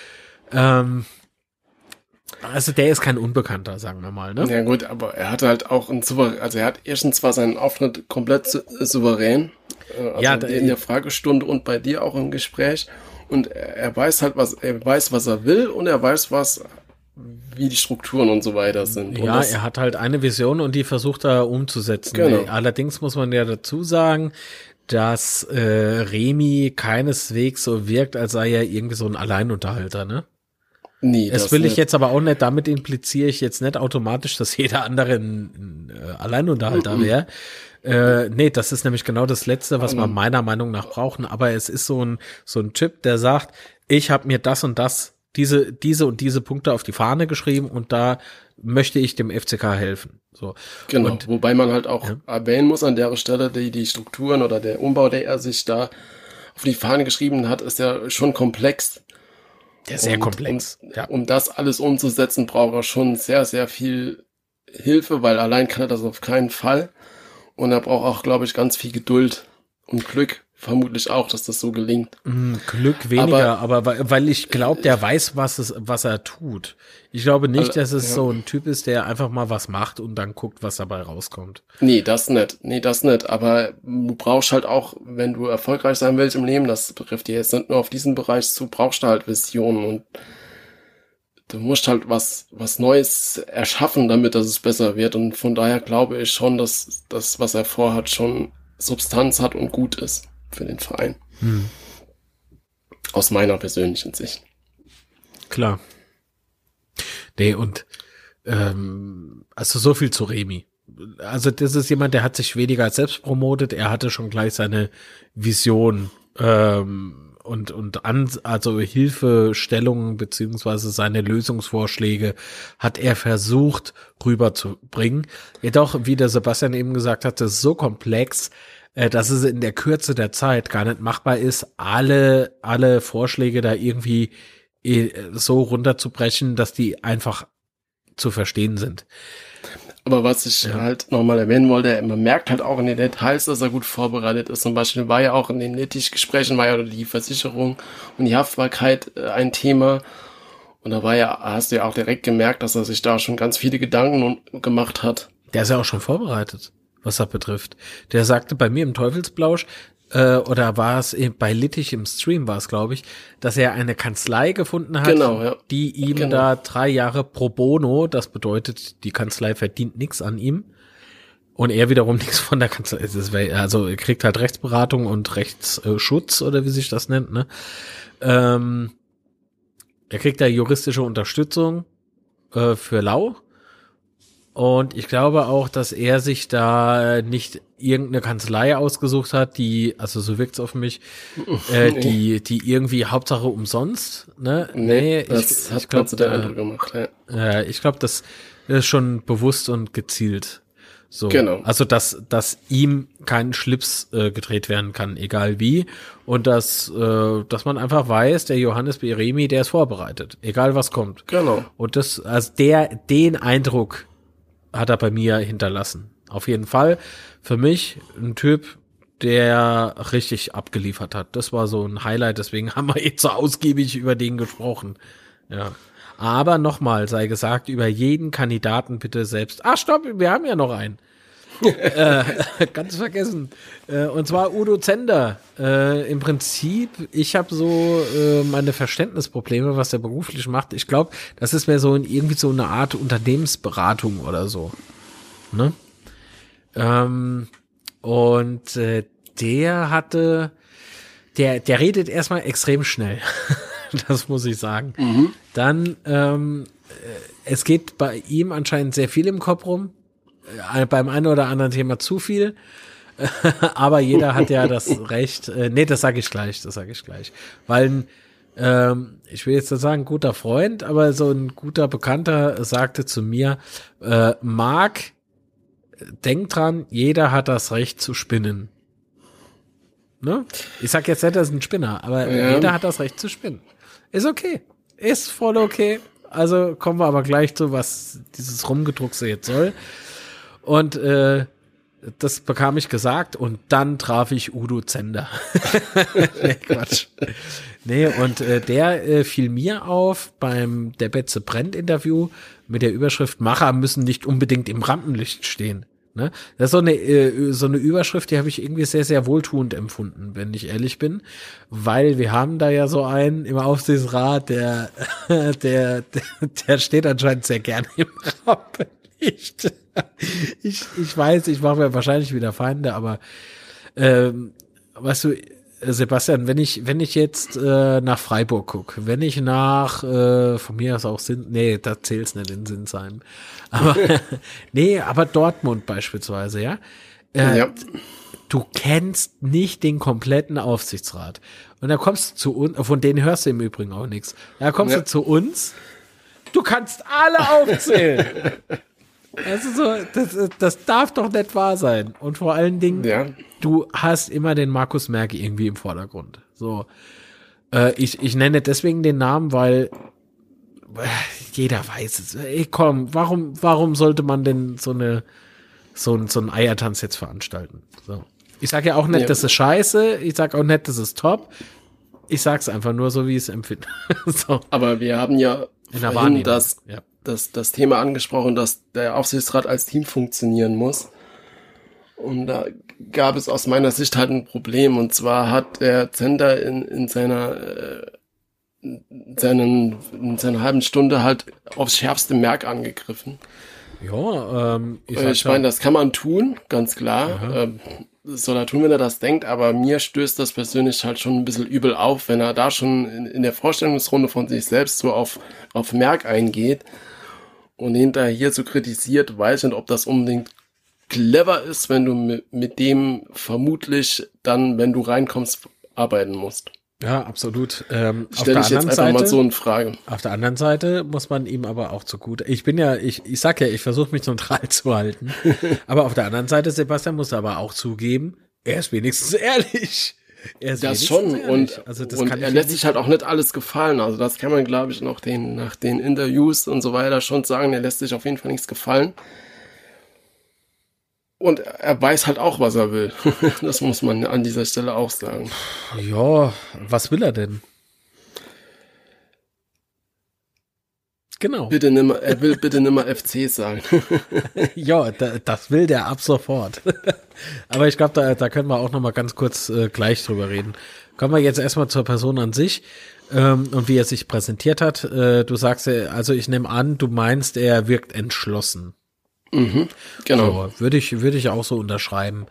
Also der ist kein Unbekannter, sagen wir mal, ne? Ja gut, aber er hatte halt auch er hat erstens zwar seinen Auftritt komplett souverän, in der Fragestunde und bei dir auch im Gespräch, und er weiß halt, was er will, und er weiß, wie die Strukturen und so weiter sind. Ja, er hat halt eine Vision und die versucht er umzusetzen. Genau. Allerdings muss man ja dazu sagen, dass Remy keineswegs so wirkt, als sei er irgendwie so ein Alleinunterhalter, ne? Nee, das will ich jetzt aber auch nicht, damit impliziere ich jetzt nicht automatisch, dass jeder andere ein Alleinunterhalter wäre. Nee, das ist nämlich genau das Letzte, was wir meiner Meinung nach brauchen. Aber es ist so ein Typ, der sagt, ich habe mir das und das, diese und diese Punkte auf die Fahne geschrieben und da möchte ich dem FCK helfen. So. Genau, und, wobei man halt auch erwähnen muss an der Stelle, die Strukturen oder der Umbau, der er sich da auf die Fahne geschrieben hat, ist ja schon komplex. Der ist sehr komplex. Um das alles umzusetzen, braucht er schon sehr, sehr viel Hilfe, weil allein kann er das auf keinen Fall. Und er braucht auch, glaube ich, ganz viel Geduld und Glück. Vermutlich auch, dass das so gelingt. Glück weniger, aber weil ich glaube, der weiß, was er tut. Ich glaube nicht, dass es so ein Typ ist, der einfach mal was macht und dann guckt, was dabei rauskommt. Nee, das nicht. Aber du brauchst halt auch, wenn du erfolgreich sein willst im Leben, das betrifft dir jetzt nicht nur auf diesen Bereich zu, brauchst du halt Visionen. Und du musst halt was Neues erschaffen, damit dass es besser wird. Und von daher glaube ich schon, dass das, was er vorhat, schon Substanz hat und gut ist für den Verein. Aus meiner persönlichen Sicht. Klar. Nee, und also so viel zu Remy. Also das ist jemand, der hat sich weniger selbst promotet, er hatte schon gleich seine Vision also Hilfestellungen beziehungsweise seine Lösungsvorschläge hat er versucht rüberzubringen. Jedoch, wie der Sebastian eben gesagt hat, das ist so komplex, dass es in der Kürze der Zeit gar nicht machbar ist, alle Vorschläge da irgendwie so runterzubrechen, dass die einfach zu verstehen sind. Aber was ich halt nochmal erwähnen wollte, man merkt halt auch in den Details, dass er gut vorbereitet ist. Zum Beispiel war ja auch in den Litiggesprächen war ja die Versicherung und die Haftbarkeit ein Thema. Und da hast du ja auch direkt gemerkt, dass er sich da schon ganz viele Gedanken gemacht hat. Der ist ja auch schon vorbereitet, was das betrifft. Der sagte bei mir im Teufelsblausch, oder war es bei Littich im Stream, war es, glaube ich, dass er eine Kanzlei gefunden hat, die ihm da 3 Jahre pro bono, das bedeutet, die Kanzlei verdient nichts an ihm und er wiederum nichts von der Kanzlei. Also er kriegt halt Rechtsberatung und Rechtsschutz oder wie sich das nennt, ne? Er kriegt da juristische Unterstützung für lau. Und ich glaube auch, dass er sich da nicht irgendeine Kanzlei ausgesucht hat, die, also so wirkt's auf mich, die irgendwie Hauptsache umsonst, ne? Das hat Gott zu der Eindruck gemacht, ja. Ich glaube, das ist schon bewusst und gezielt. So. Genau. Also, dass ihm kein Schlips gedreht werden kann, egal wie. Und dass man einfach weiß, der Johannes B. Remy, der ist vorbereitet, egal was kommt. Genau. Und den Eindruck hat er bei mir hinterlassen. Auf jeden Fall für mich ein Typ, der richtig abgeliefert hat. Das war so ein Highlight, deswegen haben wir so ausgiebig über den gesprochen. Ja. Aber nochmal sei gesagt, über jeden Kandidaten bitte selbst. Stopp, wir haben ja noch einen. Ganz vergessen. Und zwar Udo Zender. Im Prinzip, ich habe so meine Verständnisprobleme, was der beruflich macht. Ich glaube, das ist mehr so irgendwie so eine Art Unternehmensberatung oder so. Ne? Der redet erstmal extrem schnell. Das muss ich sagen. Dann, es geht bei ihm anscheinend sehr viel im Kopf rum. Beim einen oder anderen Thema zu viel. Aber jeder hat ja das Recht. Das sage ich gleich. Weil ich will jetzt nicht sagen, guter Freund, aber so ein guter Bekannter sagte zu mir, Marc, denk dran, jeder hat das Recht zu spinnen. Ne? Ich sag jetzt nicht, das ist ein Spinner, aber jeder hat das Recht zu spinnen. Ist okay. Ist voll okay. Also kommen wir aber gleich zu, was dieses Rumgedruckse jetzt soll. Und das bekam ich gesagt und dann traf ich Udo Zender. Nee, Quatsch. Nee, und der fiel mir auf beim Der Betze brennt Interview mit der Überschrift Macher müssen nicht unbedingt im Rampenlicht stehen. Ne? Das ist so eine Überschrift, die habe ich irgendwie sehr, sehr wohltuend empfunden, wenn ich ehrlich bin, weil wir haben da ja so einen im Aufsichtsrat, der steht anscheinend sehr gerne im Rampenlicht. Ich weiß, ich mache mir wahrscheinlich wieder Feinde, aber weißt du, Sebastian, wenn ich jetzt nach Freiburg gucke, wenn ich nach von mir aus auch da zählt's nicht in Sinsheim, aber aber Dortmund beispielsweise, ja, du kennst nicht den kompletten Aufsichtsrat und da kommst du zu uns, von denen hörst du im Übrigen auch nichts, da kommst du zu uns, du kannst alle aufzählen. Also das darf doch nicht wahr sein. Und vor allen Dingen, du hast immer den Markus Merck irgendwie im Vordergrund. So, ich nenne deswegen den Namen, weil jeder weiß es. Ey, komm, warum sollte man denn so einen Eiertanz jetzt veranstalten? So. Ich sage ja auch nicht, das ist scheiße. Ich sage auch nicht, das ist top. Ich sag's einfach nur so, wie ich es empfinde. So. Aber wir haben ja vorhin das Thema angesprochen, dass der Aufsichtsrat als Team funktionieren muss. Und da gab es aus meiner Sicht halt ein Problem. Und zwar hat der Zender in seiner in seiner halben Stunde halt aufs schärfste Merk angegriffen. Ja, Ich meine, das kann man tun, ganz klar. Soll er tun, wenn er das denkt, aber mir stößt das persönlich halt schon ein bisschen übel auf, wenn er da schon in der Vorstellungsrunde von sich selbst so auf Merck eingeht und hinterher hier so kritisiert, weiß nicht, ob das unbedingt clever ist, wenn du mit dem vermutlich dann, wenn du reinkommst, arbeiten musst. Ja, absolut. Stelle ich jetzt einfach mal so in Frage. Auf der anderen Seite muss man ihm aber auch zugute. Ich sag ja, ich versuche mich neutral zu halten. Aber auf der anderen Seite, Sebastian muss aber auch zugeben, er ist wenigstens ehrlich. Das schon. Und er lässt sich halt auch nicht alles gefallen. Also das kann man, glaube ich, nach den Interviews und so weiter schon sagen. Er lässt sich auf jeden Fall nichts gefallen. Und er weiß halt auch, was er will. Das muss man an dieser Stelle auch sagen. Ja, was will er denn? Genau. Er will bitte nimmer FC sagen. Ja, das will der ab sofort. Aber ich glaube, da können wir auch noch mal ganz kurz gleich drüber reden. Kommen wir jetzt erstmal zur Person an sich und wie er sich präsentiert hat. Du sagst, also ich nehme an, du meinst, er wirkt entschlossen. Mhm, genau. So, würde ich auch so unterschreiben.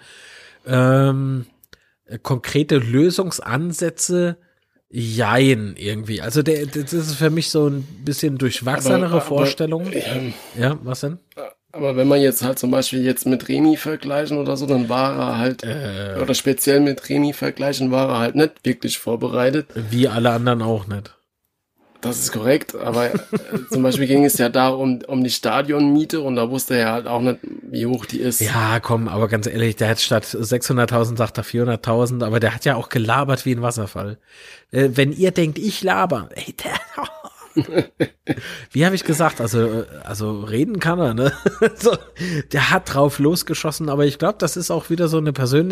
Konkrete Lösungsansätze, jein, irgendwie. Also das ist für mich so ein bisschen durchwachsenere Vorstellung. Ja, was denn? Aber wenn man jetzt halt zum Beispiel jetzt mit Remy vergleichen oder so, dann war er halt, oder speziell mit Remy vergleichen, war er halt nicht wirklich vorbereitet. Wie alle anderen auch nicht. Das ist korrekt, aber zum Beispiel ging es ja da um die Stadionmiete und da wusste er halt auch nicht, wie hoch die ist. Ja, komm, aber ganz ehrlich, der hat statt 600.000 sagt er 400.000, aber der hat ja auch gelabert wie ein Wasserfall. Wenn ihr denkt, ich laber, ey, wie habe ich gesagt, also reden kann er, ne? So, der hat drauf losgeschossen, aber ich glaube, das ist auch wieder so eine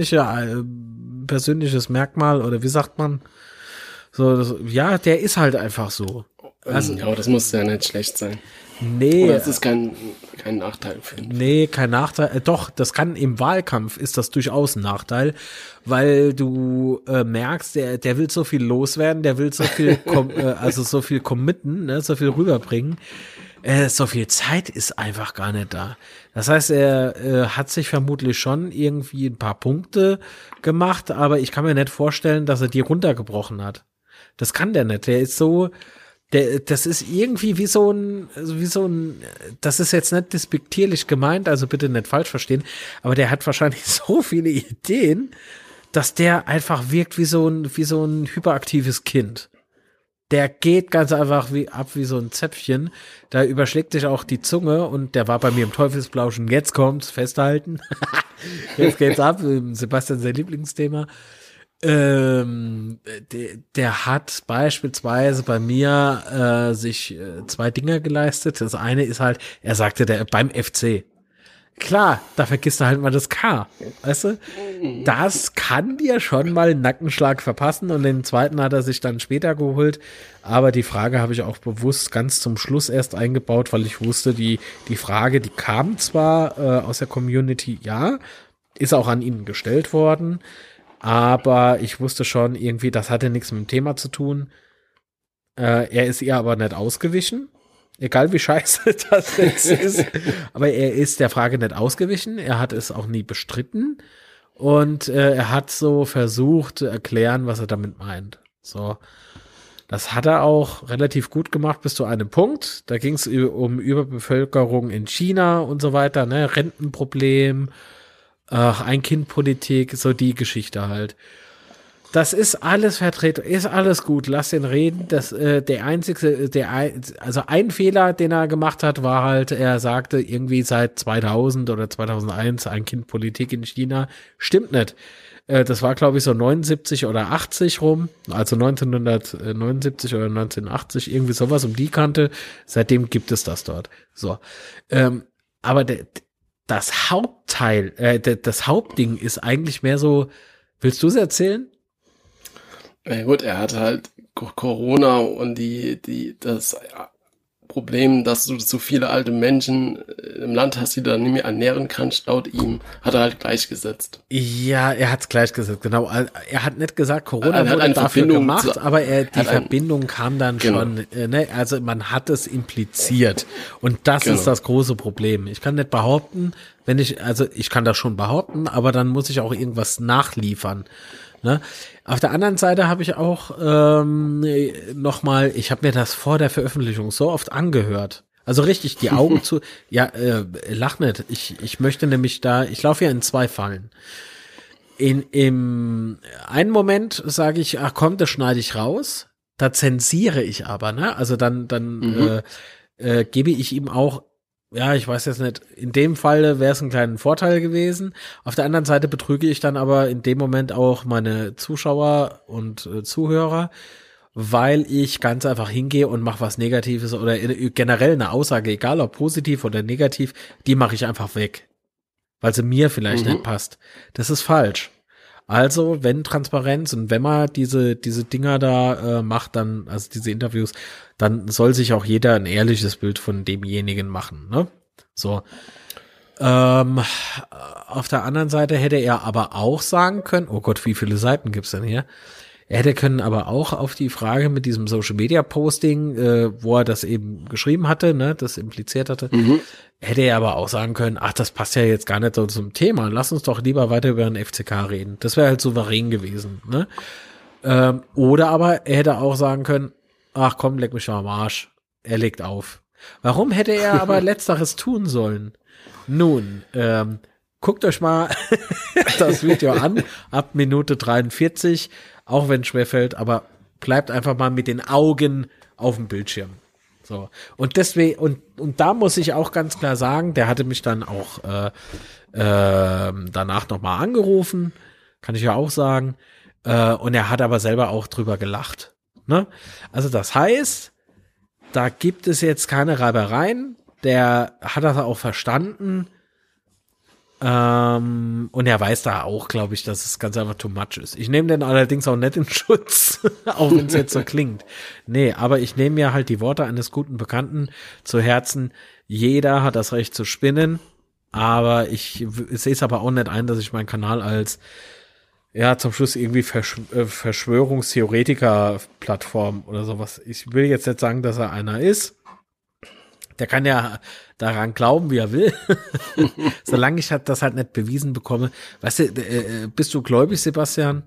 persönliches Merkmal oder wie sagt man? So, ja, der ist halt einfach so. Also, ja, aber das muss ja nicht schlecht sein. Nee. Oder es ist kein Nachteil für ihn. Nee, kein Nachteil. Doch, das kann im Wahlkampf ist das durchaus ein Nachteil, weil du merkst, der will so viel loswerden, der will so viel, so viel committen, ne, so viel rüberbringen. So viel Zeit ist einfach gar nicht da. Das heißt, er hat sich vermutlich schon irgendwie ein paar Punkte gemacht, aber ich kann mir nicht vorstellen, dass er die runtergebrochen hat. Das kann der nicht. Der ist so, das ist irgendwie wie so ein, das ist jetzt nicht despektierlich gemeint, also bitte nicht falsch verstehen, aber der hat wahrscheinlich so viele Ideen, dass der einfach wirkt wie so ein hyperaktives Kind. Der geht ganz einfach wie so ein Zäpfchen. Da überschlägt sich auch die Zunge und der war bei mir im Teufelsblauschen. Jetzt kommt's, festhalten. Jetzt geht's ab. Sebastian, sein Lieblingsthema. Der hat beispielsweise bei mir sich zwei Dinge geleistet. Das eine ist halt, er sagte, der beim FC. Klar, da vergisst du halt mal das K, weißt du? Das kann dir schon mal einen Nackenschlag verpassen und den zweiten hat er sich dann später geholt. Aber die Frage habe ich auch bewusst ganz zum Schluss erst eingebaut, weil ich wusste, die Frage, die kam zwar aus der Community, ja, ist auch an ihn gestellt worden, aber ich wusste schon irgendwie, das hatte nichts mit dem Thema zu tun. Er ist ihr aber nicht ausgewichen. Egal wie scheiße das jetzt ist. Aber er ist der Frage nicht ausgewichen. Er hat es auch nie bestritten. Und er hat so versucht zu erklären, was er damit meint. So. Das hat er auch relativ gut gemacht bis zu einem Punkt. Da ging es um Überbevölkerung in China und so weiter, ne? Rentenproblem, Ein-Kind-Politik, so die Geschichte halt. Das ist alles vertreten, ist alles gut, lass ihn reden. Ein Fehler, den er gemacht hat, war halt, er sagte irgendwie seit 2000 oder 2001 Ein-Kind-Politik in China. Stimmt nicht. Das war, glaube ich, so 79 oder 80 rum, also 1979 oder 1980, irgendwie sowas um die Kante. Seitdem gibt es das dort. So. Aber das Hauptteil, das Hauptding ist eigentlich mehr so, willst du es erzählen? Na gut, er hat halt Corona und das Problem, dass du so viele alte Menschen im Land hast, die du dann nicht mehr ernähren kannst, laut ihm, hat er halt gleichgesetzt. Ja, er hat's gleichgesetzt, genau. Er hat nicht gesagt, Corona Er hat wurde eine dafür Verbindung gemacht, aber die Verbindung kam dann Genau. schon, ne? Also man hat es impliziert. Und das Genau. ist das große Problem. Ich kann nicht behaupten, ich kann das schon behaupten, aber dann muss ich auch irgendwas nachliefern. Ne? Auf der anderen Seite habe ich auch ich habe mir das vor der Veröffentlichung so oft angehört. Also richtig, die Augen zu, lach nicht. Ich möchte nämlich ich laufe ja in 2 Fallen. Im einen Moment sage ich, ach komm, das schneide ich raus. Da zensiere ich aber, ne? Also dann gebe ich ihm auch, ja, ich weiß jetzt nicht, in dem Fall wäre es ein kleiner Vorteil gewesen. Auf der anderen Seite betrüge ich dann aber in dem Moment auch meine Zuschauer und Zuhörer, weil ich ganz einfach hingehe und mache was Negatives oder generell eine Aussage, egal ob positiv oder negativ, die mache ich einfach weg, weil sie mir vielleicht nicht passt. Das ist falsch. Also, wenn Transparenz und wenn man diese Dinger da macht, dann, also diese Interviews, dann soll sich auch jeder ein ehrliches Bild von demjenigen machen, ne? So. Auf der anderen Seite hätte er aber auch sagen können, oh Gott, wie viele Seiten gibt's denn hier? Er hätte können aber auch auf die Frage mit diesem Social Media Posting, wo er das eben geschrieben hatte, ne, das impliziert hatte, hätte er aber auch sagen können, ach, das passt ja jetzt gar nicht so zum Thema, lass uns doch lieber weiter über den FCK reden. Das wäre halt souverän gewesen, ne? Oder aber er hätte auch sagen können, ach komm, leck mich am Arsch, er legt auf. Warum hätte er aber Letzteres tun sollen? Nun, guckt euch mal das Video an, ab Minute 43, auch wenn es schwerfällt, aber bleibt einfach mal mit den Augen auf dem Bildschirm. So. Und deswegen, und da muss ich auch ganz klar sagen, der hatte mich dann auch danach nochmal angerufen, kann ich ja auch sagen, und er hat aber selber auch drüber gelacht. Ne? Also das heißt, da gibt es jetzt keine Reibereien, der hat das auch verstanden, und er weiß da auch, glaube ich, dass es ganz einfach too much ist. Ich nehme den allerdings auch nicht in Schutz, auch wenn es jetzt so klingt. Nee, aber ich nehme mir halt die Worte eines guten Bekannten zu Herzen. Jeder hat das Recht zu spinnen, aber ich sehe es aber auch nicht ein, dass ich meinen Kanal als, ja, zum Schluss irgendwie Verschwörungstheoretiker-Plattform oder sowas. Ich will jetzt nicht sagen, dass er einer ist. Der kann ja daran glauben, wie er will. Solange ich das halt nicht bewiesen bekomme. Weißt du, bist du gläubig, Sebastian?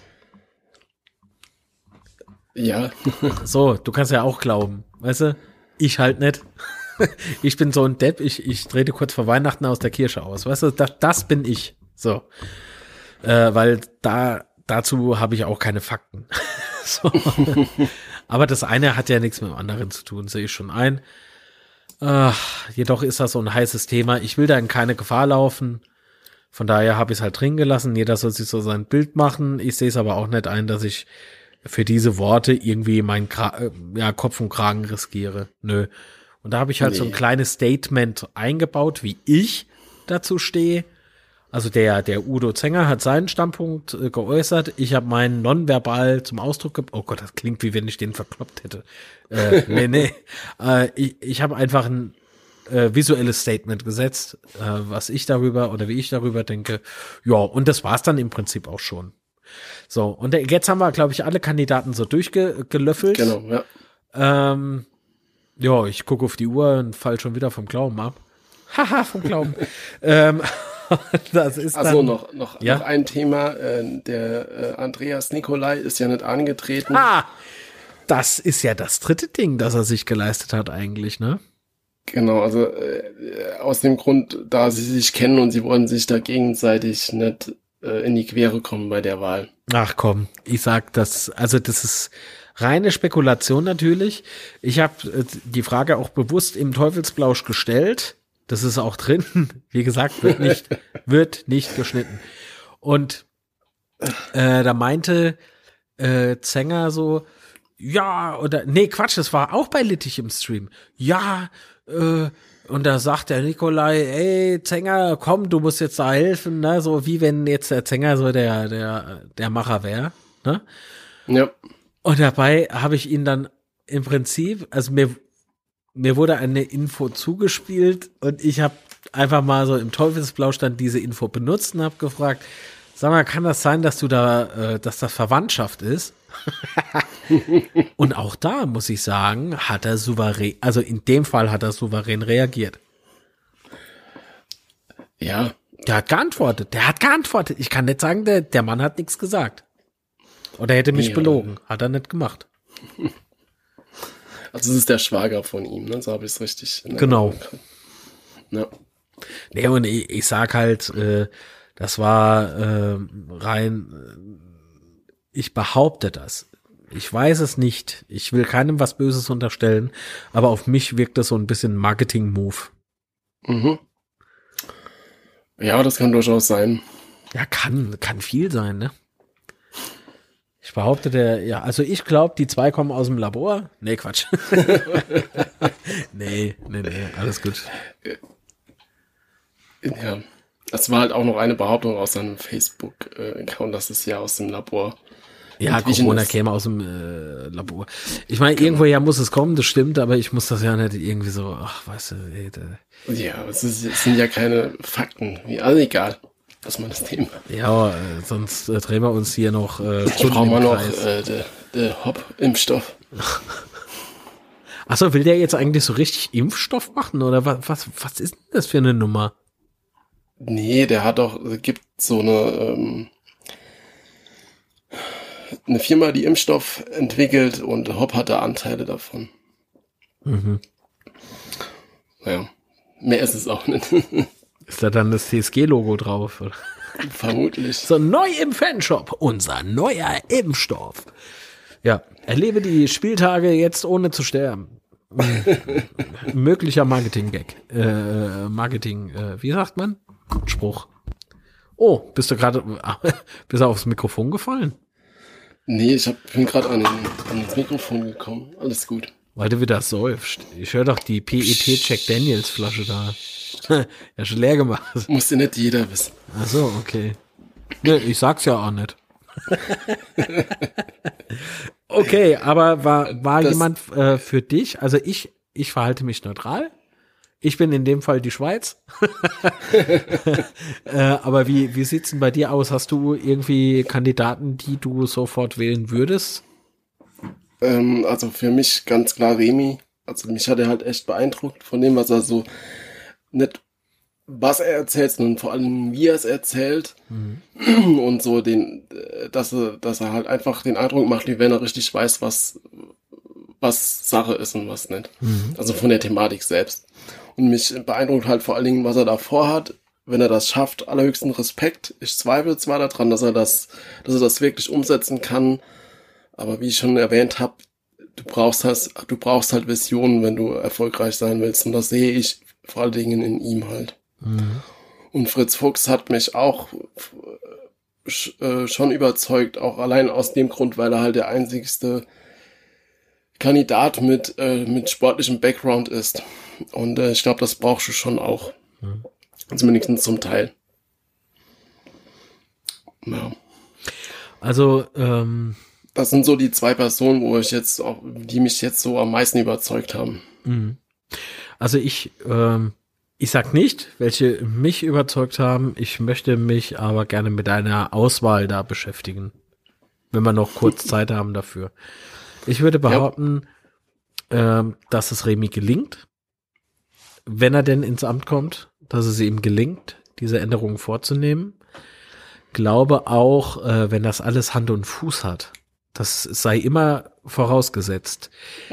Ja. So, du kannst ja auch glauben. Weißt du? Ich halt nicht. Ich bin so ein Depp, ich trete kurz vor Weihnachten aus der Kirche aus. Weißt du, das bin ich. So. Weil dazu habe ich auch keine Fakten. So. Aber das eine hat ja nichts mit dem anderen zu tun, sehe ich schon ein. Jedoch ist das so ein heißes Thema. Ich will da in keine Gefahr laufen. Von daher habe ich es halt drin gelassen. Jeder soll sich so sein Bild machen. Ich sehe es aber auch nicht ein, dass ich für diese Worte irgendwie meinen Kopf und Kragen riskiere. Nö. Und da habe ich halt so ein kleines Statement eingebaut, wie ich dazu stehe. Also der Udo Zenger hat seinen Standpunkt geäußert. Ich habe meinen nonverbal zum Ausdruck gebracht. Oh Gott, das klingt, wie wenn ich den verkloppt hätte. Nee. Ich habe einfach ein visuelles Statement gesetzt, was ich darüber oder wie ich darüber denke. Ja, und das war's dann im Prinzip auch schon. So, und jetzt haben wir, glaube ich, alle Kandidaten so durchgelöffelt. Genau, ja. Ja, ich gucke auf die Uhr und fall schon wieder vom Glauben ab. Haha, vom Glauben. Das ist Also dann, noch ein Thema. Der Andreas Nicolai ist ja nicht angetreten. Das ist ja das dritte Ding, das er sich geleistet hat eigentlich, ne? Genau, also aus dem Grund, da sie sich kennen und sie wollen sich da gegenseitig nicht in die Quere kommen bei der Wahl. Ach komm, ich sag das, also das ist reine Spekulation natürlich. Ich habe die Frage auch bewusst im Teufelsblausch gestellt. Das ist auch drin. Wie gesagt, wird nicht geschnitten. Und da meinte Zenger so, ja, oder, nee, Quatsch, das war auch bei Littich im Stream. Ja, und da sagt der Nikolai, ey, Zenger, komm, du musst jetzt da helfen, ne? So wie wenn jetzt der Zenger so der Macher wäre, ne? Ja. Und dabei habe ich ihn dann im Prinzip, also mir wurde eine Info zugespielt und ich habe einfach mal so im Teufelsblaustand diese Info benutzt und habe gefragt, sag mal, kann das sein, dass dass das Verwandtschaft ist? Und auch da muss ich sagen, hat er souverän, also in dem Fall hat er souverän reagiert. Ja. Der hat geantwortet. Ich kann nicht sagen, der Mann hat nichts gesagt. Oder er hätte mich belogen. Hat er nicht gemacht. Also es ist der Schwager von ihm, ne? So habe ich es richtig. Genau. Ja. Nee, und ich sag halt, das war rein, ich behaupte das. Ich weiß es nicht. Ich will keinem was Böses unterstellen, aber auf mich wirkt das so ein bisschen Marketing-Move. Mhm. Ja, das kann durchaus sein. Ja, kann viel sein, ne? Ich behaupte, also ich glaube, die 2 kommen aus dem Labor. Nee, Quatsch. Nee, alles gut. Ja, das war halt auch noch eine Behauptung aus seinem Facebook-Account, dass es ja aus dem Labor. Ja, Corona käme aus dem Labor. Ich meine, irgendwoher muss es kommen, das stimmt, aber ich muss das ja nicht irgendwie so, ach, weißt du, Ja, es sind ja keine Fakten. Also egal, was man das Thema. Ja, sonst drehen wir uns hier noch brauchen wir noch der Hop-Impfstoff. Achso, will der jetzt eigentlich so richtig Impfstoff machen oder was ist denn das für eine Nummer? Nee, gibt so eine Firma, die Impfstoff entwickelt und Hop hat da Anteile davon. Mhm. Ja, mehr ist es auch nicht. Ist da dann das TSG-Logo drauf? Oder? Vermutlich. So, neu im Fanshop, unser neuer Impfstoff. Ja, erlebe die Spieltage jetzt ohne zu sterben. Möglicher Marketing-Gag. Wie sagt man? Spruch. Oh, bist du aufs Mikrofon gefallen? Nee, bin gerade ans Mikrofon gekommen. Alles gut. Weil du wieder säufst. Ich höre doch die PET Jack Daniels Flasche da. Ja, schon leer gemacht. Muss ja nicht jeder wissen. Ach so, okay. Nee, ich sag's ja auch nicht. Okay, aber war jemand für dich? Also ich verhalte mich neutral. Ich bin in dem Fall die Schweiz. Aber wie sieht's denn bei dir aus? Hast du irgendwie Kandidaten, die du sofort wählen würdest? Also für mich ganz klar Remy. Also mich hat er halt echt beeindruckt von dem, was er so, nicht was er erzählt, sondern vor allem wie er es erzählt. Mhm. Und so dass er halt einfach den Eindruck macht, wie wenn er richtig weiß, was Sache ist und was nicht. Mhm. Also von der Thematik selbst. Und mich beeindruckt halt vor allen Dingen, was er da vorhat. Wenn er das schafft, allerhöchsten Respekt. Ich zweifle zwar daran, dass er das wirklich umsetzen kann. Aber wie ich schon erwähnt habe, du brauchst halt Visionen, wenn du erfolgreich sein willst. Und das sehe ich vor allen Dingen in ihm halt. Mhm. Und Fritz Fuchs hat mich auch schon überzeugt, auch allein aus dem Grund, weil er halt der einzigste Kandidat mit sportlichem Background ist. Und ich glaube, das brauchst du schon auch. Mhm. Zumindest zum Teil. Ja. Also, das sind so die 2 Personen, die mich jetzt so am meisten überzeugt haben. Also ich sag nicht, welche mich überzeugt haben. Ich möchte mich aber gerne mit einer Auswahl da beschäftigen, wenn wir noch kurz Zeit haben dafür. Ich würde behaupten, dass es Remy gelingt, wenn er denn ins Amt kommt, dass es ihm gelingt, diese Änderungen vorzunehmen. Glaube auch, wenn das alles Hand und Fuß hat, das sei immer vorausgesetzt,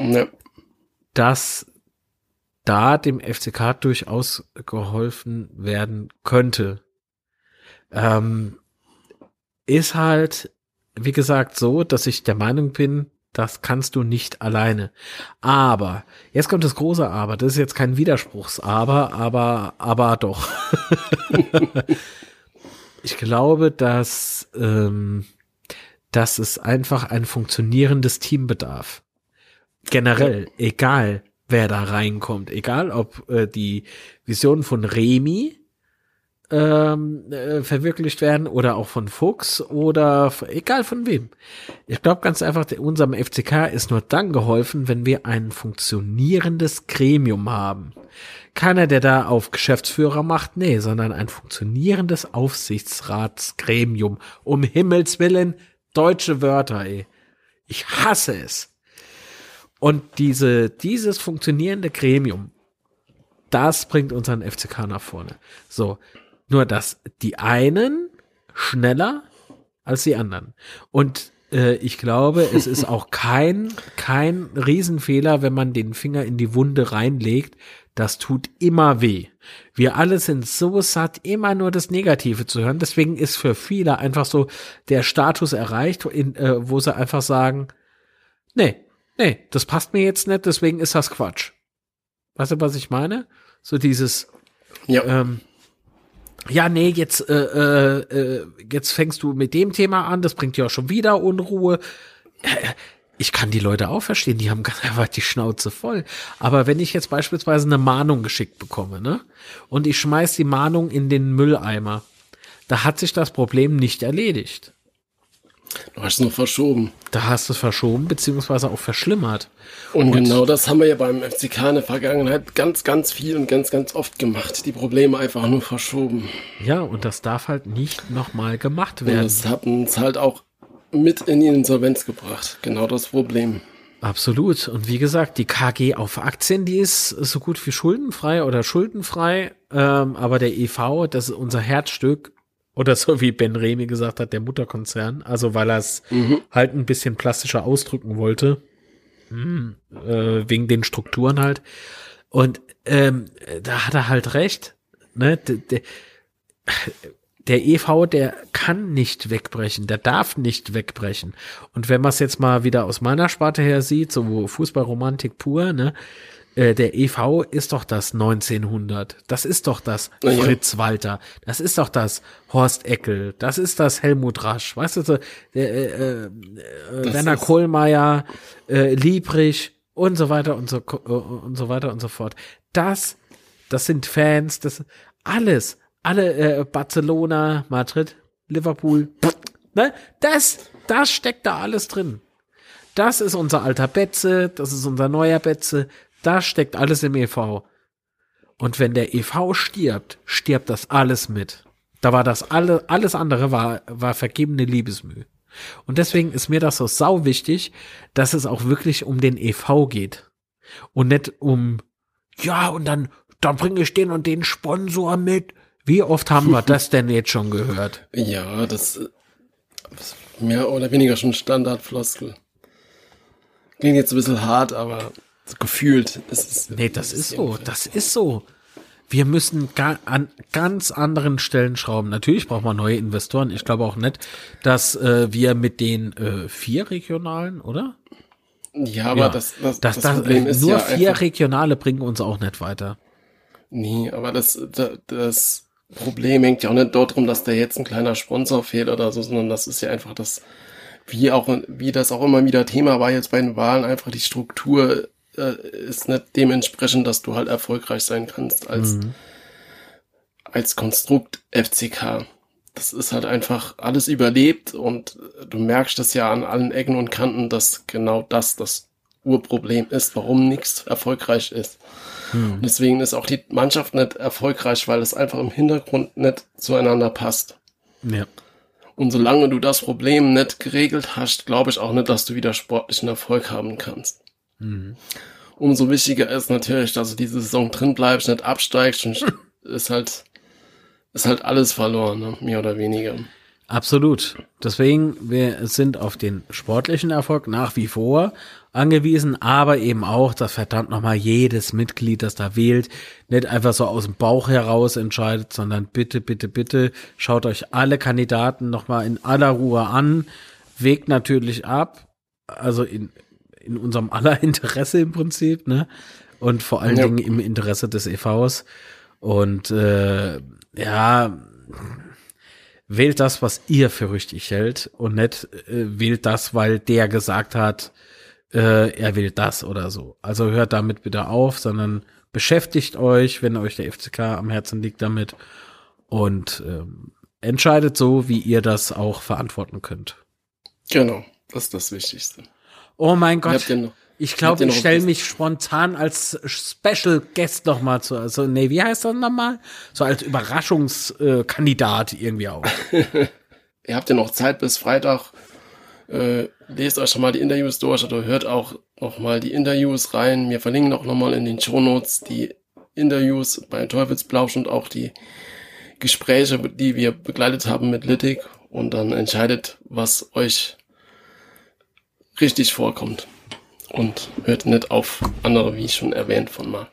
dass da dem FCK durchaus geholfen werden könnte. Ist halt, wie gesagt, so, dass ich der Meinung bin, das kannst du nicht alleine. Aber, jetzt kommt das große Aber, das ist jetzt kein Widerspruchs-Aber, aber doch. Ich glaube, dass es einfach ein funktionierendes Team bedarf. Generell, egal wer da reinkommt, egal ob die Vision von Remy verwirklicht werden oder auch von Fuchs oder egal von wem. Ich glaube ganz einfach, unserem FCK ist nur dann geholfen, wenn wir ein funktionierendes Gremium haben. Keiner, der da auf Geschäftsführer macht, nee, sondern ein funktionierendes Aufsichtsratsgremium. Um Himmels Willen, deutsche Wörter, ey. Ich hasse es. Und dieses funktionierende Gremium, das bringt unseren FCK nach vorne. So. Nur, dass die einen schneller als die anderen. Und ich glaube, es ist auch kein Riesenfehler, wenn man den Finger in die Wunde reinlegt. Das tut immer weh. Wir alle sind so satt, immer nur das Negative zu hören. Deswegen ist für viele einfach so der Status erreicht, wo sie einfach sagen, nee, das passt mir jetzt nicht, deswegen ist das Quatsch. Weißt du, was ich meine? So dieses, ja, nee, jetzt fängst du mit dem Thema an, das bringt dir auch schon wieder Unruhe. Ich kann die Leute auch verstehen, die haben ganz einfach die Schnauze voll. Aber wenn ich jetzt beispielsweise eine Mahnung geschickt bekomme, ne, und ich schmeiß die Mahnung in den Mülleimer, da hat sich das Problem nicht erledigt. Du hast es noch verschoben. Da hast du es verschoben, beziehungsweise auch verschlimmert. Und genau das haben wir ja beim FCK in der Vergangenheit ganz, ganz viel und ganz, ganz oft gemacht. Die Probleme einfach nur verschoben. Ja, und das darf halt nicht nochmal gemacht werden. Und das hat uns halt auch mit in die Insolvenz gebracht. Genau das Problem. Absolut. Und wie gesagt, die KG auf Aktien, die ist so gut wie schuldenfrei oder schuldenfrei. Aber der EV, das ist unser Herzstück. Oder so wie Ben Remy gesagt hat, der Mutterkonzern. Also weil er es halt ein bisschen plastischer ausdrücken wollte. Wegen den Strukturen halt. Und da hat er halt recht. Ne? Der EV, der kann nicht wegbrechen, der darf nicht wegbrechen. Und wenn man es jetzt mal wieder aus meiner Sparte her sieht, so Fußballromantik pur, ne, der EV ist doch das 1900, das ist doch das Fritz Walter, das ist doch das Horst Eckel, das ist das Helmut Rasch, weißt du, so, Werner Kohlmeier, Liebrich und so weiter und so weiter und so fort. Das sind Fans, das alles. Alle Barcelona, Madrid, Liverpool, ne? Das steckt da alles drin. Das ist unser alter Betze, das ist unser neuer Betze, das steckt alles im EV. Und wenn der EV stirbt das alles mit. Da war das alles andere war vergebene Liebesmüh. Und deswegen ist mir das so sau wichtig, dass es auch wirklich um den EV geht. Und nicht um, ja, und dann bringe ich den und den Sponsor mit. Wie oft haben wir das denn jetzt schon gehört? Ja, das ist mehr oder weniger schon Standardfloskel. Klingt jetzt ein bisschen hart, aber gefühlt ist es. Nee, das ist so. Das ist so. Wir müssen an ganz anderen Stellen schrauben. Natürlich braucht man neue Investoren. Ich glaube auch nicht, dass wir mit den 4 regionalen, oder? Ja, aber das Problem ist nur ja 4 regionale bringen uns auch nicht weiter. Nee, aber das Problem hängt ja auch nicht dort drum, dass da jetzt ein kleiner Sponsor fehlt oder so, sondern das ist ja einfach das, wie das auch immer wieder Thema war jetzt bei den Wahlen, einfach die Struktur ist nicht dementsprechend, dass du halt erfolgreich sein kannst als Konstrukt FCK. Das ist halt einfach alles überlebt und du merkst das ja an allen Ecken und Kanten, dass genau das Urproblem ist, warum nichts erfolgreich ist. Und deswegen ist auch die Mannschaft nicht erfolgreich, weil es einfach im Hintergrund nicht zueinander passt. Ja. Und solange du das Problem nicht geregelt hast, glaube ich auch nicht, dass du wieder sportlichen Erfolg haben kannst. Umso wichtiger ist natürlich, dass du diese Saison drin bleibst, nicht absteigst und ist halt alles verloren, ne? Mehr oder weniger. Absolut. Deswegen, wir sind auf den sportlichen Erfolg nach wie vor angewiesen, aber eben auch, dass verdammt nochmal jedes Mitglied, das da wählt, nicht einfach so aus dem Bauch heraus entscheidet, sondern bitte, bitte, bitte schaut euch alle Kandidaten nochmal in aller Ruhe an, wägt natürlich ab, also in unserem aller Interesse im Prinzip, ne? Und vor allen Dingen im Interesse des EVs. Und wählt das, was ihr für richtig hält und nicht wählt das, weil der gesagt hat, er will das oder so. Also hört damit bitte auf, sondern beschäftigt euch, wenn euch der FCK am Herzen liegt, damit Und entscheidet so, wie ihr das auch verantworten könnt. Genau, das ist das Wichtigste. Oh mein Gott. Noch, ich glaube, ich stelle mich spontan als Special Guest nochmal zu. Also, nee, wie heißt das nochmal? So als Überraschungskandidat irgendwie auch. Ihr habt ja noch Zeit bis Freitag. Lest euch schon mal die Interviews durch oder hört auch noch mal die Interviews rein. Wir verlinken auch noch mal in den Shownotes die Interviews bei Teufelsplausch und auch die Gespräche, die wir begleitet haben mit Littig. Und dann entscheidet, was euch richtig vorkommt. Und hört nicht auf andere, wie schon erwähnt von Marc.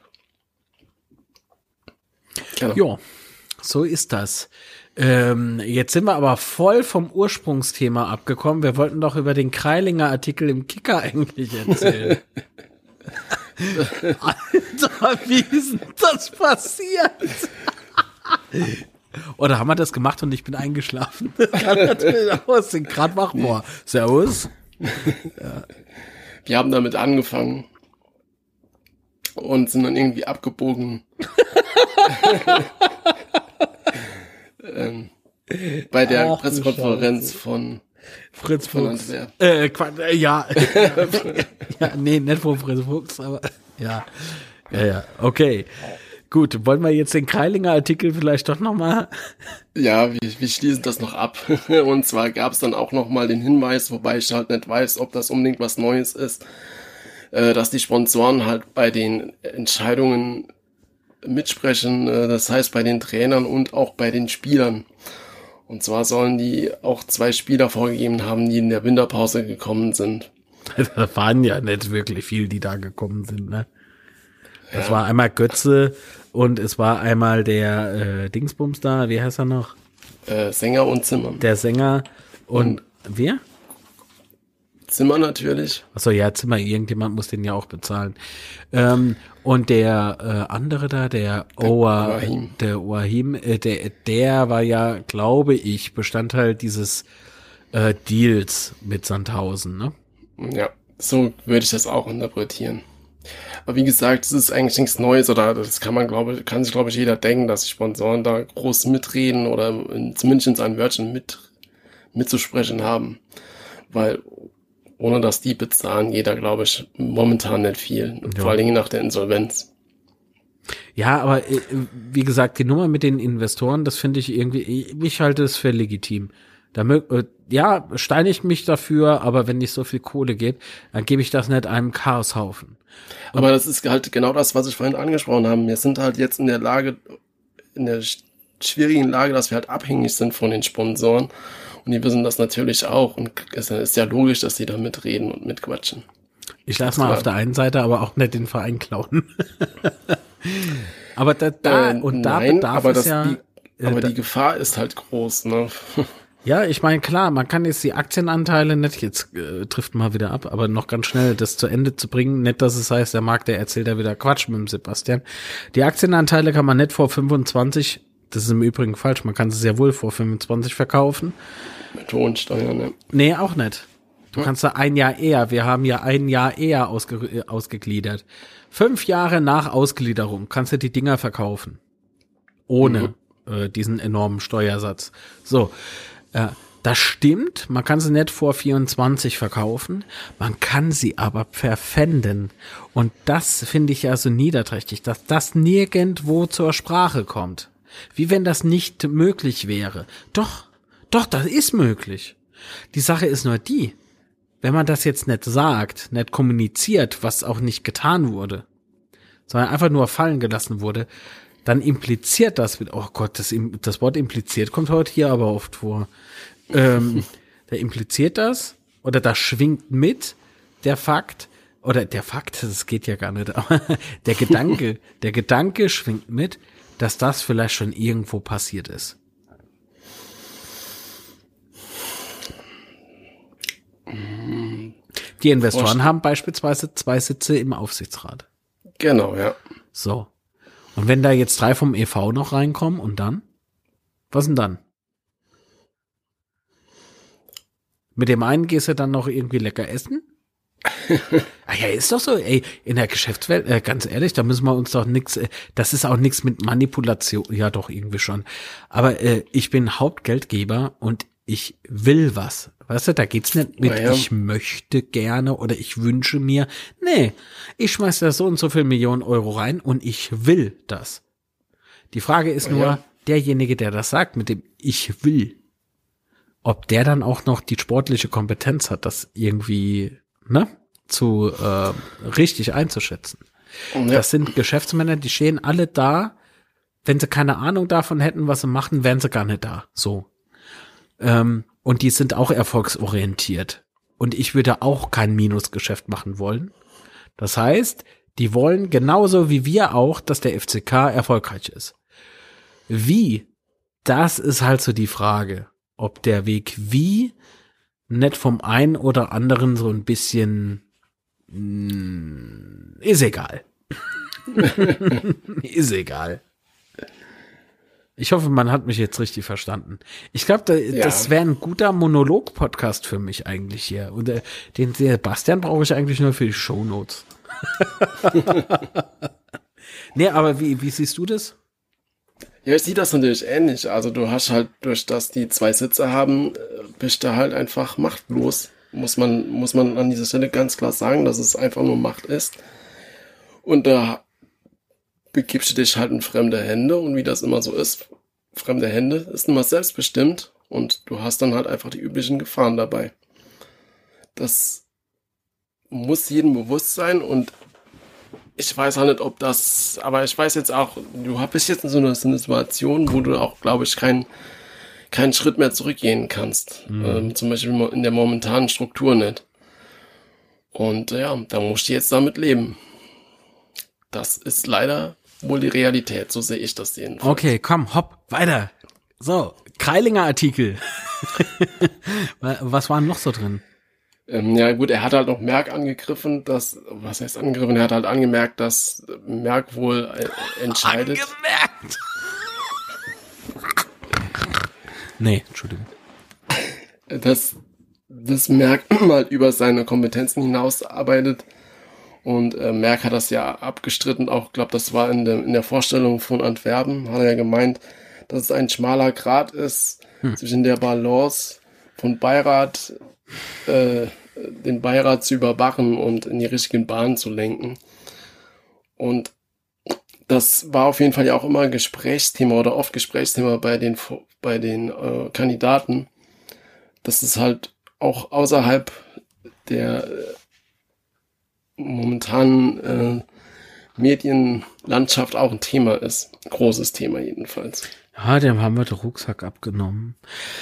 Genau. Jo, so ist das. Jetzt sind wir aber voll vom Ursprungsthema abgekommen. Wir wollten doch über den Kreilinger Artikel im Kicker eigentlich erzählen. Alter, wie ist denn das passiert? Oder haben wir das gemacht und ich bin eingeschlafen? Das kann natürlich aussehen. Gerade wach war. Servus. Ja. Wir haben damit angefangen und sind dann irgendwie abgebogen. Bei der Pressekonferenz von Fritz Fuchs. Antwerp. Ja. Ja, nee, nicht von Fritz Fuchs, aber ja. Ja, okay. Gut, wollen wir jetzt den Kreilinger Artikel vielleicht doch nochmal? Ja, wir schließen das noch ab. Und zwar gab es dann auch nochmal den Hinweis, wobei ich halt nicht weiß, ob das unbedingt was Neues ist, dass die Sponsoren halt bei den Entscheidungen mitsprechen, das heißt bei den Trainern und auch bei den Spielern. Und zwar sollen die auch 2 Spieler vorgegeben haben, die in der Winterpause gekommen sind. Da waren ja nicht wirklich viel, die da gekommen sind, ne? Das war einmal Götze und es war einmal der Dingsbums da, wie heißt er noch? Sänger und Zimmer. Der Sänger und wer? Zimmer natürlich. Achso, ja, Zimmer, irgendjemand muss den ja auch bezahlen. Und der andere da, der Oahim, der war ja, glaube ich, Bestandteil dieses Deals mit Sandhausen, ne? Ja, so würde ich das auch interpretieren. Aber wie gesagt, es ist eigentlich nichts Neues, oder das kann sich, glaube ich, jeder denken, dass die Sponsoren da groß mitreden oder zumindest in seinen Wörtchen mitzusprechen haben. Weil ohne dass die bezahlen, jeder, glaube ich, momentan nicht viel. Ja. Vor allen Dingen nach der Insolvenz. Ja, aber wie gesagt, die Nummer mit den Investoren, das finde ich irgendwie, ich halte es für legitim. Ja, steine ich mich dafür, aber wenn nicht so viel Kohle geht, dann gebe ich das nicht einem Chaoshaufen. Aber das ist halt genau das, was ich vorhin angesprochen habe. Wir sind halt jetzt in der schwierigen Lage, dass wir halt abhängig sind von den Sponsoren. Und die wissen das natürlich auch. Und es ist ja logisch, dass die da mitreden und mitquatschen. Ich lasse mal auf der einen Seite aber auch nicht den Verein klauen. Aber die Gefahr ist halt groß, ne? Ja, ich meine, klar, man kann jetzt die Aktienanteile nicht, jetzt trifft mal wieder ab, aber noch ganz schnell das zu Ende zu bringen, nicht, dass es heißt, der Marc, der erzählt da wieder Quatsch mit dem Sebastian. Die Aktienanteile kann man nicht vor 25, das ist im Übrigen falsch, man kann sie sehr wohl vor 25 verkaufen. Mit hohen Steuern, ne? Nee, auch nicht. Du kannst da ein Jahr eher, wir haben ja ein Jahr eher ausgegliedert. 5 Jahre nach Ausgliederung kannst du die Dinger verkaufen. Ohne diesen enormen Steuersatz. So. Das stimmt, man kann sie nicht vor 24 verkaufen, man kann sie aber verpfänden. Und das finde ich ja so niederträchtig, dass das nirgendwo zur Sprache kommt. Wie wenn das nicht möglich wäre. Doch, das ist möglich. Die Sache ist nur die, wenn man das jetzt nicht sagt, nicht kommuniziert, was auch nicht getan wurde, sondern einfach nur fallen gelassen wurde, dann impliziert das, oh Gott, das Wort impliziert kommt heute hier aber oft vor. Da impliziert das, oder da schwingt mit der Fakt, das geht ja gar nicht, aber der Gedanke schwingt mit, dass das vielleicht schon irgendwo passiert ist. Die Investoren haben beispielsweise 2 Sitze im Aufsichtsrat. Genau, ja. So. Und wenn da jetzt 3 vom e.V. noch reinkommen und dann? Was denn dann? Mit dem einen gehst du dann noch irgendwie lecker essen? Ah ja, ist doch so, ey, in der Geschäftswelt, ganz ehrlich, da müssen wir uns doch nix, das ist auch nix mit Manipulation, ja doch, irgendwie schon. Aber ich bin Hauptgeldgeber und ich will was. Weißt du, da geht's nicht mit, ich möchte gerne oder ich wünsche mir. Nee, ich schmeiß da so und so viel Millionen Euro rein und ich will das. Die Frage ist nur, derjenige, der das sagt, mit dem ich will, ob der dann auch noch die sportliche Kompetenz hat, das irgendwie, zu richtig einzuschätzen. Ja. Das sind Geschäftsmänner, die stehen alle da. Wenn sie keine Ahnung davon hätten, was sie machen, wären sie gar nicht da. So. Und die sind auch erfolgsorientiert. Und ich würde auch kein Minusgeschäft machen wollen. Das heißt, die wollen genauso wie wir auch, dass der FCK erfolgreich ist. Wie? Das ist halt so die Frage. Ob der Weg wie nicht vom einen oder anderen so ein bisschen ist egal. Ist egal. Ich hoffe, man hat mich jetzt richtig verstanden. Ich glaube, das wäre ein guter Monolog-Podcast für mich eigentlich hier. Und den Sebastian brauche ich eigentlich nur für die Shownotes. Nee, aber wie siehst du das? Ja, ich sehe das natürlich ähnlich. Also du hast halt, durch das die 2 Sitze haben, bist du halt einfach machtlos. Muss man an dieser Stelle ganz klar sagen, dass es einfach nur Macht ist. Und da begibst du dich halt in fremde Hände. Und wie das immer so ist, fremde Hände ist immer selbstbestimmt. Und du hast dann halt einfach die üblichen Gefahren dabei. Das muss jedem bewusst sein. Und ich weiß halt nicht, ob das, aber ich weiß jetzt auch, du bist jetzt in so einer Situation, wo du auch, glaube ich, keinen Schritt mehr zurückgehen kannst. Zum Beispiel in der momentanen Struktur nicht. Und ja, da musst du jetzt damit leben. Das ist leider wohl die Realität, so sehe ich das jedenfalls. Okay, komm, hopp, weiter. So, Kreilinger Artikel. Was war noch so drin? Ja gut, er hat halt noch Merck angegriffen, was heißt angegriffen? Er hat halt angemerkt, dass Merck wohl entscheidet. Angemerkt! Nee, Entschuldigung. Dass Merck mal über seine Kompetenzen hinaus arbeitet. Und Merck hat das ja abgestritten, auch glaube, das war in der Vorstellung von Antwerpen, hat er ja gemeint, dass es ein schmaler Grat ist zwischen der Balance von Beirat, den Beirat zu überwachen und in die richtigen Bahnen zu lenken. Und das war auf jeden Fall ja auch immer Gesprächsthema oder oft Gesprächsthema bei den Kandidaten, dass es halt auch außerhalb der momentanen Medienlandschaft auch ein Thema ist. Ein großes Thema jedenfalls. Ja, dem haben wir den Rucksack abgenommen.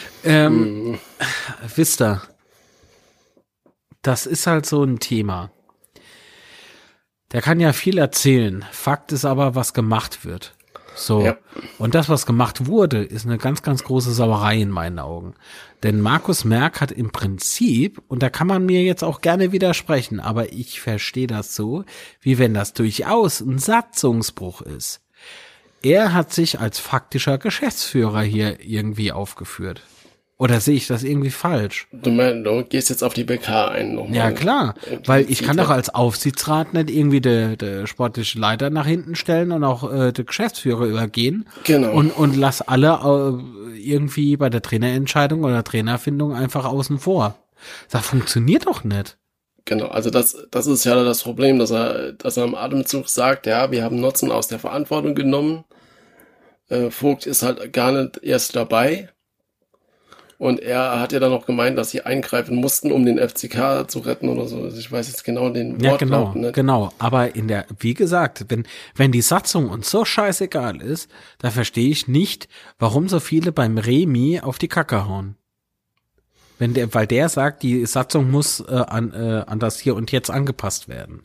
Wisst ihr, das ist halt so ein Thema. Der kann ja viel erzählen. Fakt ist aber, was gemacht wird. So. Ja. Und das, was gemacht wurde, ist eine ganz, ganz große Sauerei in meinen Augen. Denn Markus Merck hat im Prinzip, und da kann man mir jetzt auch gerne widersprechen, aber ich verstehe das so, wie wenn das durchaus ein Satzungsbruch ist. Er hat sich als faktischer Geschäftsführer hier irgendwie aufgeführt. Oder sehe ich das irgendwie falsch? Du gehst jetzt auf die BK ein nochmal. Ja, klar, weil ich kann doch als Aufsichtsrat nicht irgendwie der sportliche Leiter nach hinten stellen und auch der Geschäftsführer übergehen. Genau. Und lass alle irgendwie bei der Trainerentscheidung oder Trainerfindung einfach außen vor. Das funktioniert doch nicht. Genau, also das ist ja das Problem, dass er im Atemzug sagt, ja, wir haben Nutzen aus der Verantwortung genommen. Vogt ist halt gar nicht erst dabei. Und er hat ja dann noch gemeint, dass sie eingreifen mussten, um den FCK zu retten oder so. Also ich weiß jetzt genau den Wortlaut nicht. Genau. Aber wie gesagt, wenn die Satzung uns so scheißegal ist, da verstehe ich nicht, warum so viele beim Remi auf die Kacke hauen. Weil der sagt, die Satzung muss an das Hier und Jetzt angepasst werden.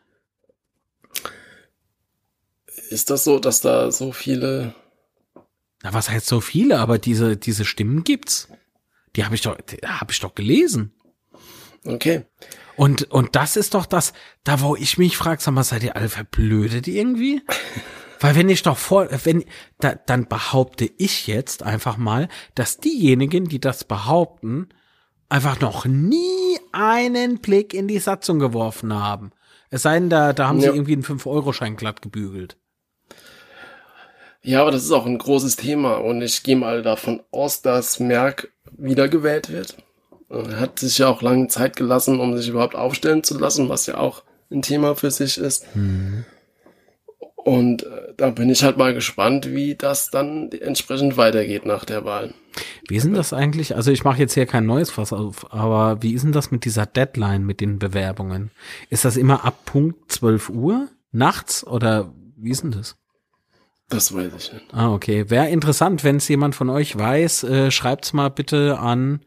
Ist das so, dass da so viele... Na, was heißt so viele? Aber diese Stimmen gibt's. Die habe ich doch gelesen. Okay. Und das ist doch das, da wo ich mich frage, sag mal, seid ihr alle verblödet irgendwie? Weil dann behaupte ich jetzt einfach mal, dass diejenigen, die das behaupten, einfach noch nie einen Blick in die Satzung geworfen haben. Es sei denn, da haben sie irgendwie einen 5-Euro-Schein glatt gebügelt. Ja, aber das ist auch ein großes Thema und ich gehe mal davon aus, dass Merck wiedergewählt wird. Er hat sich ja auch lange Zeit gelassen, um sich überhaupt aufstellen zu lassen, was ja auch ein Thema für sich ist. Und da bin ich halt mal gespannt, wie das dann entsprechend weitergeht nach der Wahl. Wie ist denn das eigentlich? Also ich mache jetzt hier kein neues Fass auf, aber wie ist denn das mit dieser Deadline, mit den Bewerbungen? Ist das immer ab Punkt 12 Uhr nachts oder wie ist denn das? Das weiß ich nicht. Ah, okay. Wäre interessant, wenn es jemand von euch weiß, schreibt's mal bitte an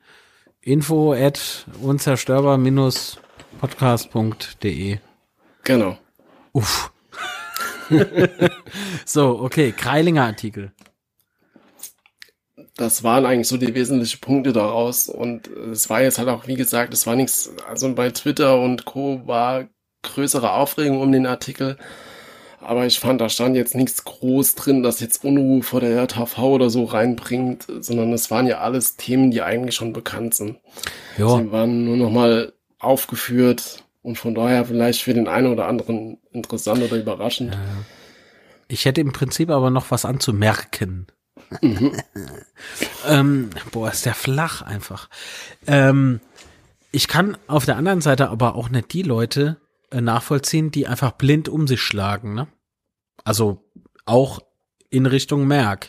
info@unzerstörbar-podcast.de. Genau. Uff. So, okay, Kreilinger Artikel. Das waren eigentlich so die wesentlichen Punkte daraus und es war jetzt halt auch, wie gesagt, es war nichts, also bei Twitter und Co. war größere Aufregung um den Artikel, aber ich fand, da stand jetzt nichts groß drin, das jetzt Unruhe vor der JHV oder so reinbringt, sondern es waren ja alles Themen, die eigentlich schon bekannt sind. Ja. Sie waren nur nochmal aufgeführt und von daher vielleicht für den einen oder anderen interessant oder überraschend. Ich hätte im Prinzip aber noch was anzumerken. Boah, ist der flach einfach. Ich kann auf der anderen Seite aber auch nicht die Leute nachvollziehen, die einfach blind um sich schlagen, ne? Also auch in Richtung Merck.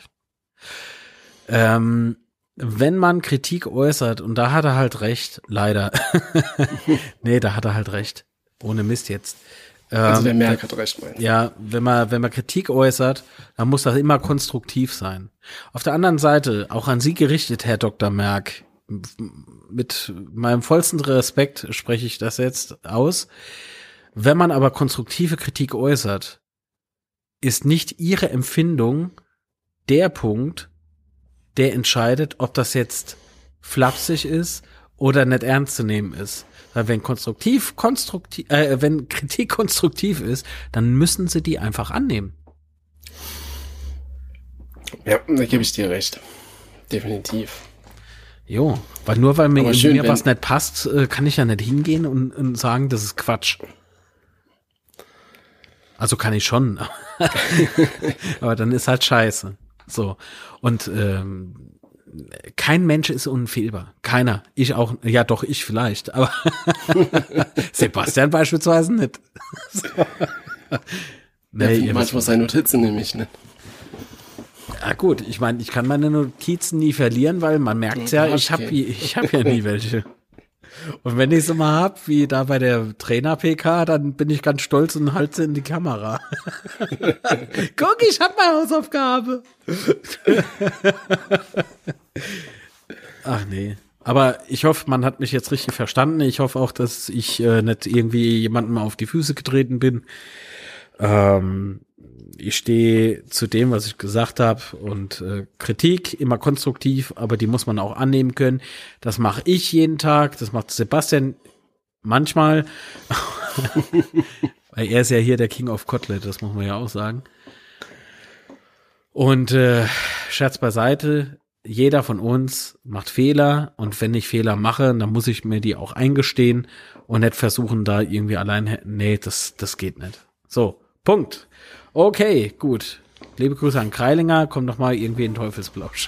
Wenn man Kritik äußert, und da hat er halt recht, leider. Nee, da hat er halt recht. Ohne Mist jetzt. Also der Merck hat recht, mein. Ja, wenn man Kritik äußert, dann muss das immer konstruktiv sein. Auf der anderen Seite, auch an Sie gerichtet, Herr Dr. Merck, mit meinem vollsten Respekt spreche ich das jetzt aus. Wenn man aber konstruktive Kritik äußert, ist nicht Ihre Empfindung der Punkt, der entscheidet, ob das jetzt flapsig ist oder nicht ernst zu nehmen ist. Weil wenn wenn Kritik konstruktiv ist, dann müssen Sie die einfach annehmen. Ja, da gebe ich dir recht. Definitiv. Jo, weil nur weil mir schön, was nicht passt, kann ich ja nicht hingehen und sagen, das ist Quatsch. Also kann ich schon, aber dann ist halt scheiße. So. Und kein Mensch ist unfehlbar. Keiner. Ich auch, ja doch, ich vielleicht, aber Sebastian beispielsweise nicht. So. Nee, manchmal seine Notizen nämlich nicht. Ja gut, ich meine, ich kann meine Notizen nie verlieren, weil man merkt ja, ich hab ja nie welche. Und wenn ich sie mal hab, wie da bei der Trainer-PK, dann bin ich ganz stolz und halte sie in die Kamera. Guck, ich hab meine Hausaufgabe. Ach nee. Aber ich hoffe, man hat mich jetzt richtig verstanden. Ich hoffe auch, dass ich nicht irgendwie jemandem auf die Füße getreten bin. Ich stehe zu dem, was ich gesagt habe und Kritik immer konstruktiv, aber die muss man auch annehmen können. Das mache ich jeden Tag, das macht Sebastian manchmal, weil er ist ja hier der King of Kotlet, das muss man ja auch sagen. Und Scherz beiseite, jeder von uns macht Fehler und wenn ich Fehler mache, dann muss ich mir die auch eingestehen und nicht versuchen, da irgendwie allein, nee, das geht nicht. So, Punkt. Okay, gut. Liebe Grüße an Kreilinger, komm doch mal irgendwie in Teufelsblausch.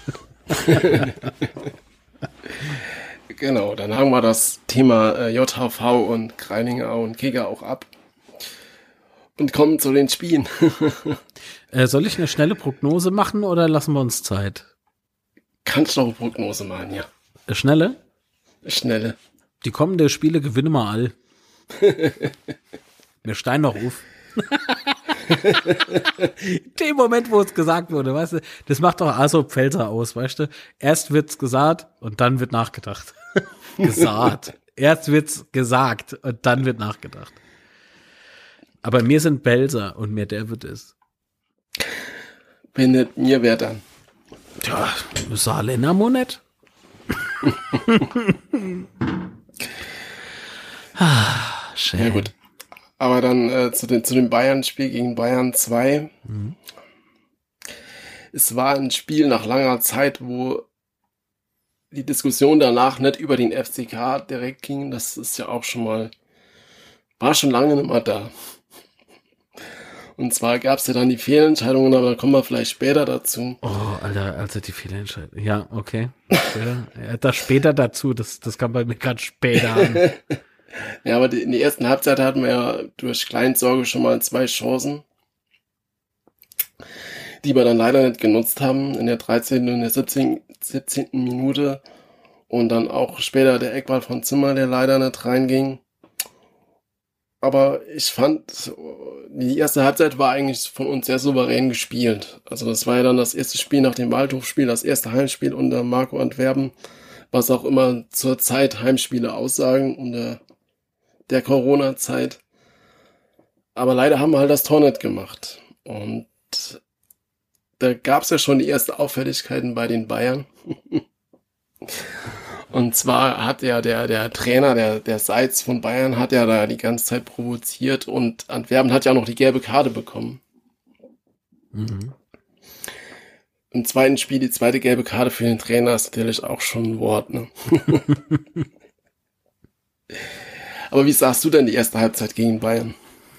Genau, dann haben wir das Thema JHV und Kreilinger und Kicker auch ab. Und kommen zu den Spielen. Soll ich eine schnelle Prognose machen oder lassen wir uns Zeit? Kannst du noch eine Prognose machen, ja. Schnelle? Schnelle. Die kommenden Spiele gewinnen wir all. Wir steigen noch auf. Dem Moment, wo es gesagt wurde, weißt du, das macht doch Aso Pfälzer aus, weißt du. Erst wird's gesagt und dann wird nachgedacht. Gesagt. Erst wird's gesagt und dann wird nachgedacht. Aber mir sind Belser und mir der wird es. Wenn nicht mir, wer dann? Tja, Saarländer Monat. Schön. Ja gut. Aber dann zu dem Bayern-Spiel gegen Bayern 2. Es war ein Spiel nach langer Zeit, wo die Diskussion danach nicht über den FCK direkt ging, das ist ja auch war schon lange nicht mehr da. Und zwar gab es ja dann die Fehlentscheidungen, aber da kommen wir vielleicht später dazu. Oh, Alter, also die Fehlentscheidung. Ja, okay. Das später dazu, das kam bei mir gerade später an. Ja, aber in der ersten Halbzeit hatten wir ja durch Kleinsorge schon mal 2 Chancen, die wir dann leider nicht genutzt haben, in der 13. und der 17. Minute. Und dann auch später der Eckball von Zimmer, der leider nicht reinging. Aber ich fand, die erste Halbzeit war eigentlich von uns sehr souverän gespielt. Also das war ja dann das erste Spiel nach dem Waldhofspiel, das erste Heimspiel unter Marco Antwerpen, was auch immer zur Zeit Heimspiele aussagen unter der Corona-Zeit. Aber leider haben wir halt das Tor nicht gemacht. Und da gab es ja schon die ersten Auffälligkeiten bei den Bayern. Und zwar hat ja der Trainer, der Seitz von Bayern, hat ja da die ganze Zeit provoziert und Antwerpen hat ja auch noch die gelbe Karte bekommen. Mhm. Im zweiten Spiel die zweite gelbe Karte für den Trainer ist natürlich auch schon ein Wort, ne? Aber wie sahst du denn die erste Halbzeit gegen Bayern?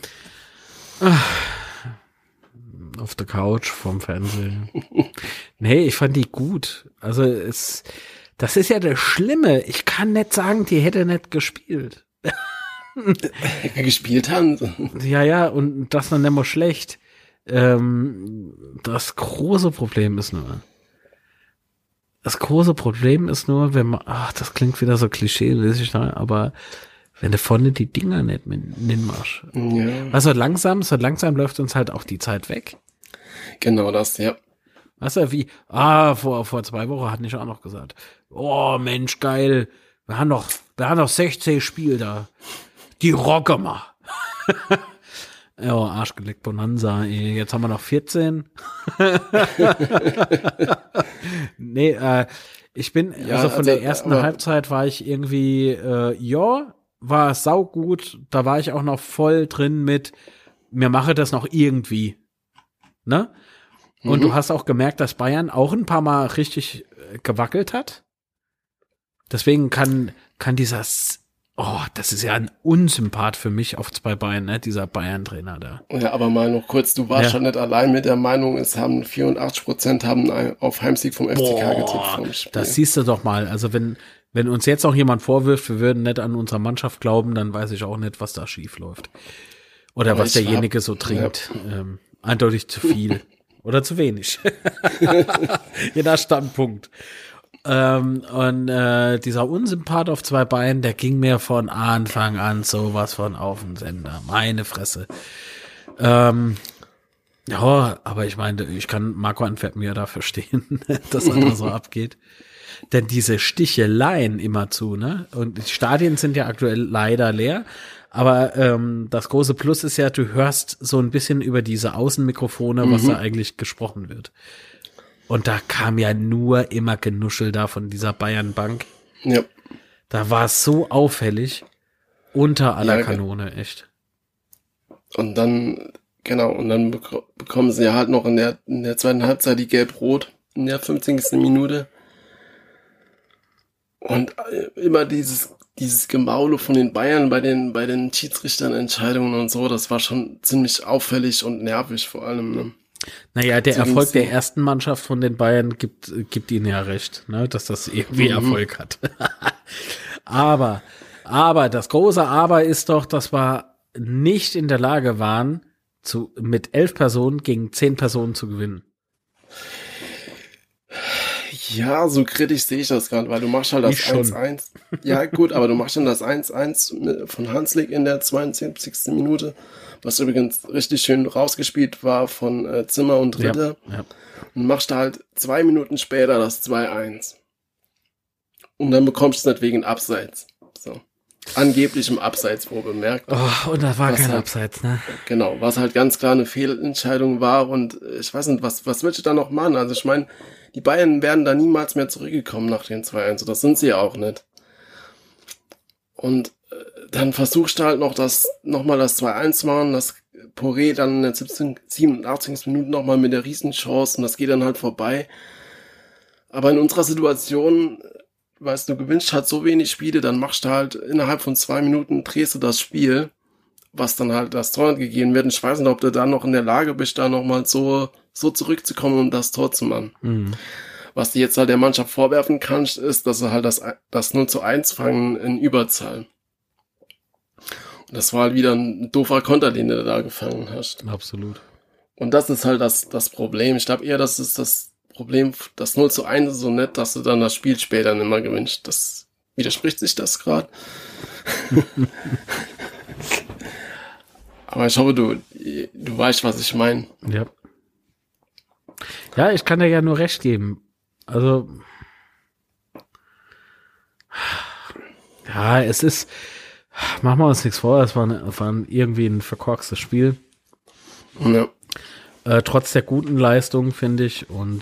Auf der Couch vorm Fernsehen. Nee, ich fand die gut. Also das ist ja das Schlimme. Ich kann nicht sagen, die hätte nicht gespielt. Gespielt haben. Ja, und das noch nicht mal schlecht. Das große Problem ist nur, wenn man, das klingt wieder so klischee, aber wenn du vorne die Dinger nicht machst. Ja. Also langsam läuft uns halt auch die Zeit weg. Genau das, ja. Weißt du, vor 2 Wochen hatten ich auch noch gesagt, oh Mensch, geil, wir haben noch 16 Spiele da. Die rocken wir. Ja, Arschgeleckt Bonanza, ey. Jetzt haben wir noch 14. Nee, ich bin, von der ersten Halbzeit war ich irgendwie, war saugut. Da war ich auch noch voll drin mit, mir mache das noch irgendwie. Ne? Und du hast auch gemerkt, dass Bayern auch ein paar Mal richtig gewackelt hat. Deswegen kann das ist ja ein Unsympath für mich auf 2 Beinen, ne? Dieser Bayern-Trainer da. Ja, aber mal noch kurz, du warst schon nicht allein mit der Meinung, 84% haben auf Heimsieg vom FCK getippt vom Spiel. Das siehst du doch mal. Also wenn uns jetzt noch jemand vorwirft, wir würden nicht an unsere Mannschaft glauben, dann weiß ich auch nicht, was da schief läuft. Oder aber was derjenige so trinkt. Ja. Eindeutig zu viel. Oder zu wenig. Je nach Standpunkt. Dieser Unsympath auf 2 Beinen, der ging mir von Anfang an sowas von auf den Sender. Meine Fresse. Ja, aber ich meine, ich kann Marco Antwerpen ja da verstehen, dass da so abgeht. Denn diese Sticheleien immerzu, ne? Und die Stadien sind ja aktuell leider leer. Aber das große Plus ist ja, du hörst so ein bisschen über diese Außenmikrofone, was da eigentlich gesprochen wird. Und da kam ja nur immer Genuschel da von dieser Bayern-Bank. Ja. Da war es so auffällig. Unter aller Kanone, echt. Und dann, bekommen sie ja halt noch in der zweiten Halbzeit die Gelb-Rot in der 15. Minute. Und immer dieses Gemaule von den Bayern bei den Schiedsrichtern Entscheidungen und so, das war schon ziemlich auffällig und nervig vor allem, ne? Naja, der Erfolg der ersten Mannschaft von den Bayern gibt ihnen ja recht, ne, dass das irgendwie Erfolg hat. Aber das große Aber ist doch, dass wir nicht in der Lage waren, mit 11 Personen gegen 10 Personen zu gewinnen. Ja, so kritisch sehe ich das gerade, weil du machst halt das 1-1. Ja, gut, aber du machst dann das 1-1 von Hanslik in der 72. Minute, was übrigens richtig schön rausgespielt war von Zimmer und Ritter. Ja. Und machst da halt 2 Minuten später das 2-1. Und dann bekommst du es nicht wegen Abseits. So. Angeblichem Abseits, wo bemerkt. Oh, und da war kein Abseits, ne? Genau, was halt ganz klar eine Fehlentscheidung war. Und ich weiß nicht, was willst du da noch machen? Also ich meine, die Bayern werden da niemals mehr zurückgekommen nach dem 2-1. Das sind sie ja auch nicht. Und dann versuchst du halt nochmal das 2-1 zu machen, das Poré dann in der 87. Minute nochmal mit der Riesenchance und das geht dann halt vorbei. Aber in unserer Situation weißt du, gewinnst halt so wenig Spiele, dann machst du halt innerhalb von 2 Minuten, drehst du das Spiel, was dann halt das Tor gegeben wird. Und ich weiß nicht, ob du da noch in der Lage bist, da nochmal so zurückzukommen und das Tor zu machen. Mhm. Was du jetzt halt der Mannschaft vorwerfen kannst, ist, dass sie halt das 0:1 fangen in Überzahl. Und das war halt wieder ein doofer Konter, den du da gefangen hast. Absolut. Und das ist halt das Problem. Ich glaube eher, das ist das Problem, das 0:1 ist so nett, dass du dann das Spiel später nicht mehr gewinnst. Das widerspricht sich das gerade. Aber ich hoffe, du weißt, was ich meine. Ja. Ja, ich kann dir ja nur recht geben. Also, ja, es ist, machen wir uns nichts vor, es war irgendwie ein verkorkstes Spiel. Ja. Trotz der guten Leistung, finde ich, und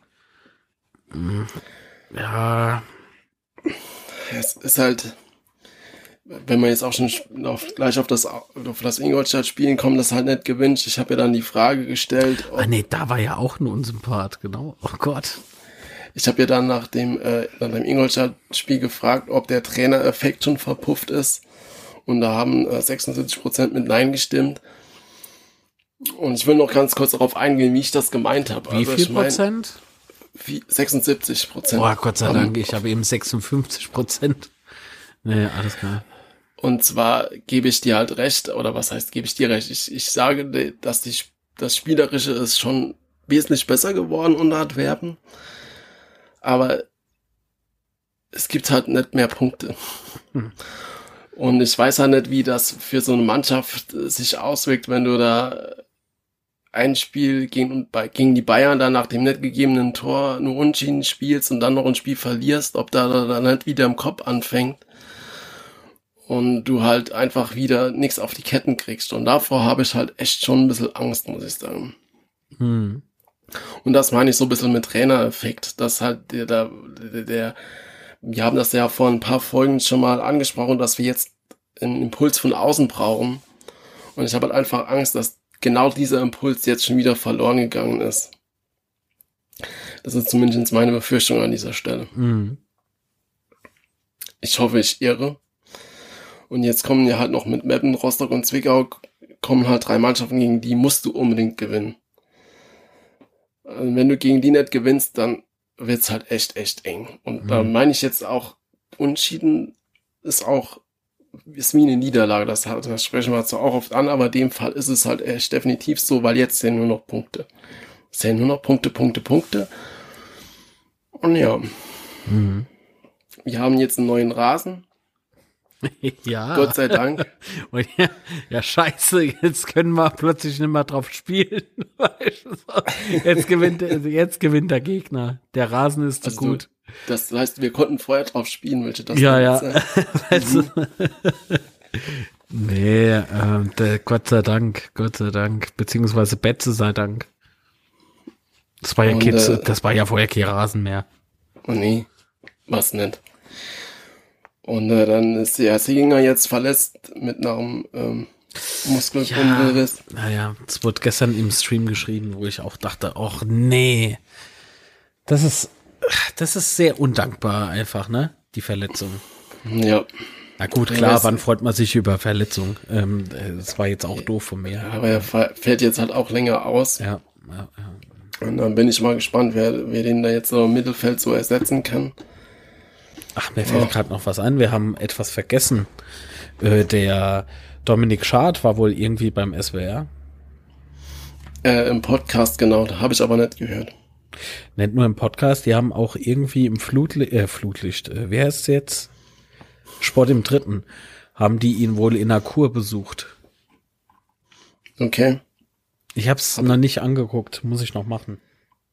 ja. Es ist halt, wenn man jetzt auch schon gleich auf das Ingolstadt-Spielen kommt, das halt nicht gewünscht. Ich habe ja dann die Frage gestellt. Nee, da war ja auch ein Unsympath, genau. Oh Gott. Ich habe ja dann nach dem Ingolstadt-Spiel gefragt, ob der Trainereffekt schon verpufft ist. Und da haben 76% mit Nein gestimmt. Und ich will noch ganz kurz darauf eingehen, wie ich das gemeint habe. Wie viel Prozent? 76%. Oh, Gott sei Dank, ich habe eben 56%. Nee, alles klar. Und zwar gebe ich dir halt recht, oder was heißt, gebe ich dir recht? Ich sage, dass das Spielerische ist schon wesentlich besser geworden unter Antwerpen. Aber es gibt halt nicht mehr Punkte. Und ich weiß halt nicht, wie das für so eine Mannschaft sich auswirkt, wenn du da ein Spiel gegen die Bayern dann nach dem nicht gegebenen Tor nur Unentschieden spielst und dann noch ein Spiel verlierst, ob da dann nicht wieder im Kopf anfängt und du halt einfach wieder nichts auf die Ketten kriegst. Und davor habe ich halt echt schon ein bisschen Angst, muss ich sagen. Und das meine ich so ein bisschen mit Trainereffekt, dass halt wir haben das ja vor ein paar Folgen schon mal angesprochen, dass wir jetzt einen Impuls von außen brauchen. Und ich habe halt einfach Angst, dass genau dieser Impuls jetzt schon wieder verloren gegangen ist. Das ist zumindest meine Befürchtung an dieser Stelle. Ich hoffe, ich irre. Und jetzt kommen ja halt noch mit Meppen, Rostock und Zwickau kommen halt 3 Mannschaften, gegen die musst du unbedingt gewinnen. Also wenn du gegen die nicht gewinnst, dann wird's halt echt eng. Und da meine ich jetzt auch, Unentschieden ist wie eine Niederlage. Das sprechen wir zwar auch oft an, aber in dem Fall ist es halt echt definitiv so, weil jetzt sind nur noch Punkte. Es sind nur noch Punkte. Und ja. Wir haben jetzt einen neuen Rasen. Ja. Gott sei Dank. Und ja, scheiße, jetzt können wir plötzlich nicht mehr drauf spielen. Jetzt gewinnt der Gegner. Der Rasen ist zu gut. Das heißt, wir konnten vorher drauf spielen, welche das ja. Nee, Gott sei Dank, beziehungsweise Betze sei Dank. Das war ja das war ja vorher kein Rasen mehr. Oh nee, was nicht. Und dann ist der Seginger jetzt verletzt mit einem Muskelbundelriss. Naja, es wurde gestern im Stream geschrieben, wo ich auch dachte, ach nee, das ist sehr undankbar einfach, ne? Die Verletzung. Ja. Na gut, klar, wann freut man sich über Verletzung? Das war jetzt auch doof von mir. Aber er fällt jetzt halt auch länger aus. Ja. Und dann bin ich mal gespannt, wer den da jetzt so im Mittelfeld so ersetzen kann. Ach, mir fällt gerade noch was ein. Wir haben etwas vergessen. Der Dominik Schad war wohl irgendwie beim SWR. Im Podcast, genau. Da habe ich aber nicht gehört. Nicht nur im Podcast, die haben auch irgendwie im Flutlicht, wie heißt es jetzt? Sport im Dritten, haben die ihn wohl in einer Kur besucht. Okay. Ich habe es noch nicht angeguckt, muss ich noch machen.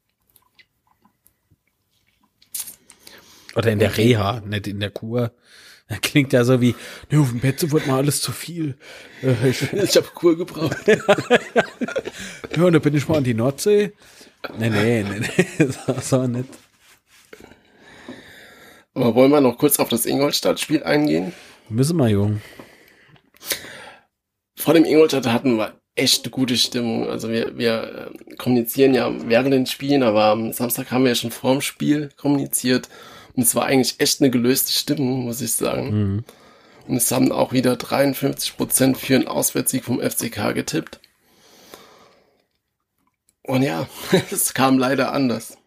Oder in der Reha, nicht in der Kur. Das klingt ja so wie, ne, auf dem Bett wird mal alles zu viel. Ich habe Kur gebraucht. Ja, und da bin ich mal an die Nordsee. Nee, so nicht. Aber wollen wir noch kurz auf das Ingolstadt-Spiel eingehen? Müssen wir, Jung. Vor dem Ingolstadt hatten wir echt eine gute Stimmung. Also wir kommunizieren ja während den Spielen, aber am Samstag haben wir ja schon vor dem Spiel kommuniziert. Und es war eigentlich echt eine gelöste Stimmung, muss ich sagen. Und es haben auch wieder 53% für einen Auswärtssieg vom FCK getippt. Und ja, es kam leider anders.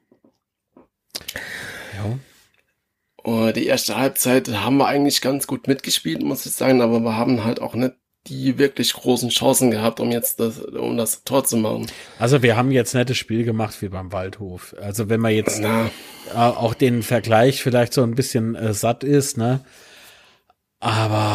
Ja. Und die erste Halbzeit haben wir eigentlich ganz gut mitgespielt, muss ich sagen, aber wir haben halt auch nicht die wirklich großen Chancen gehabt, um das Tor zu machen. Also wir haben jetzt nettes Spiel gemacht wie beim Waldhof. Also wenn man jetzt auch den Vergleich vielleicht so ein bisschen satt ist, ne? Aber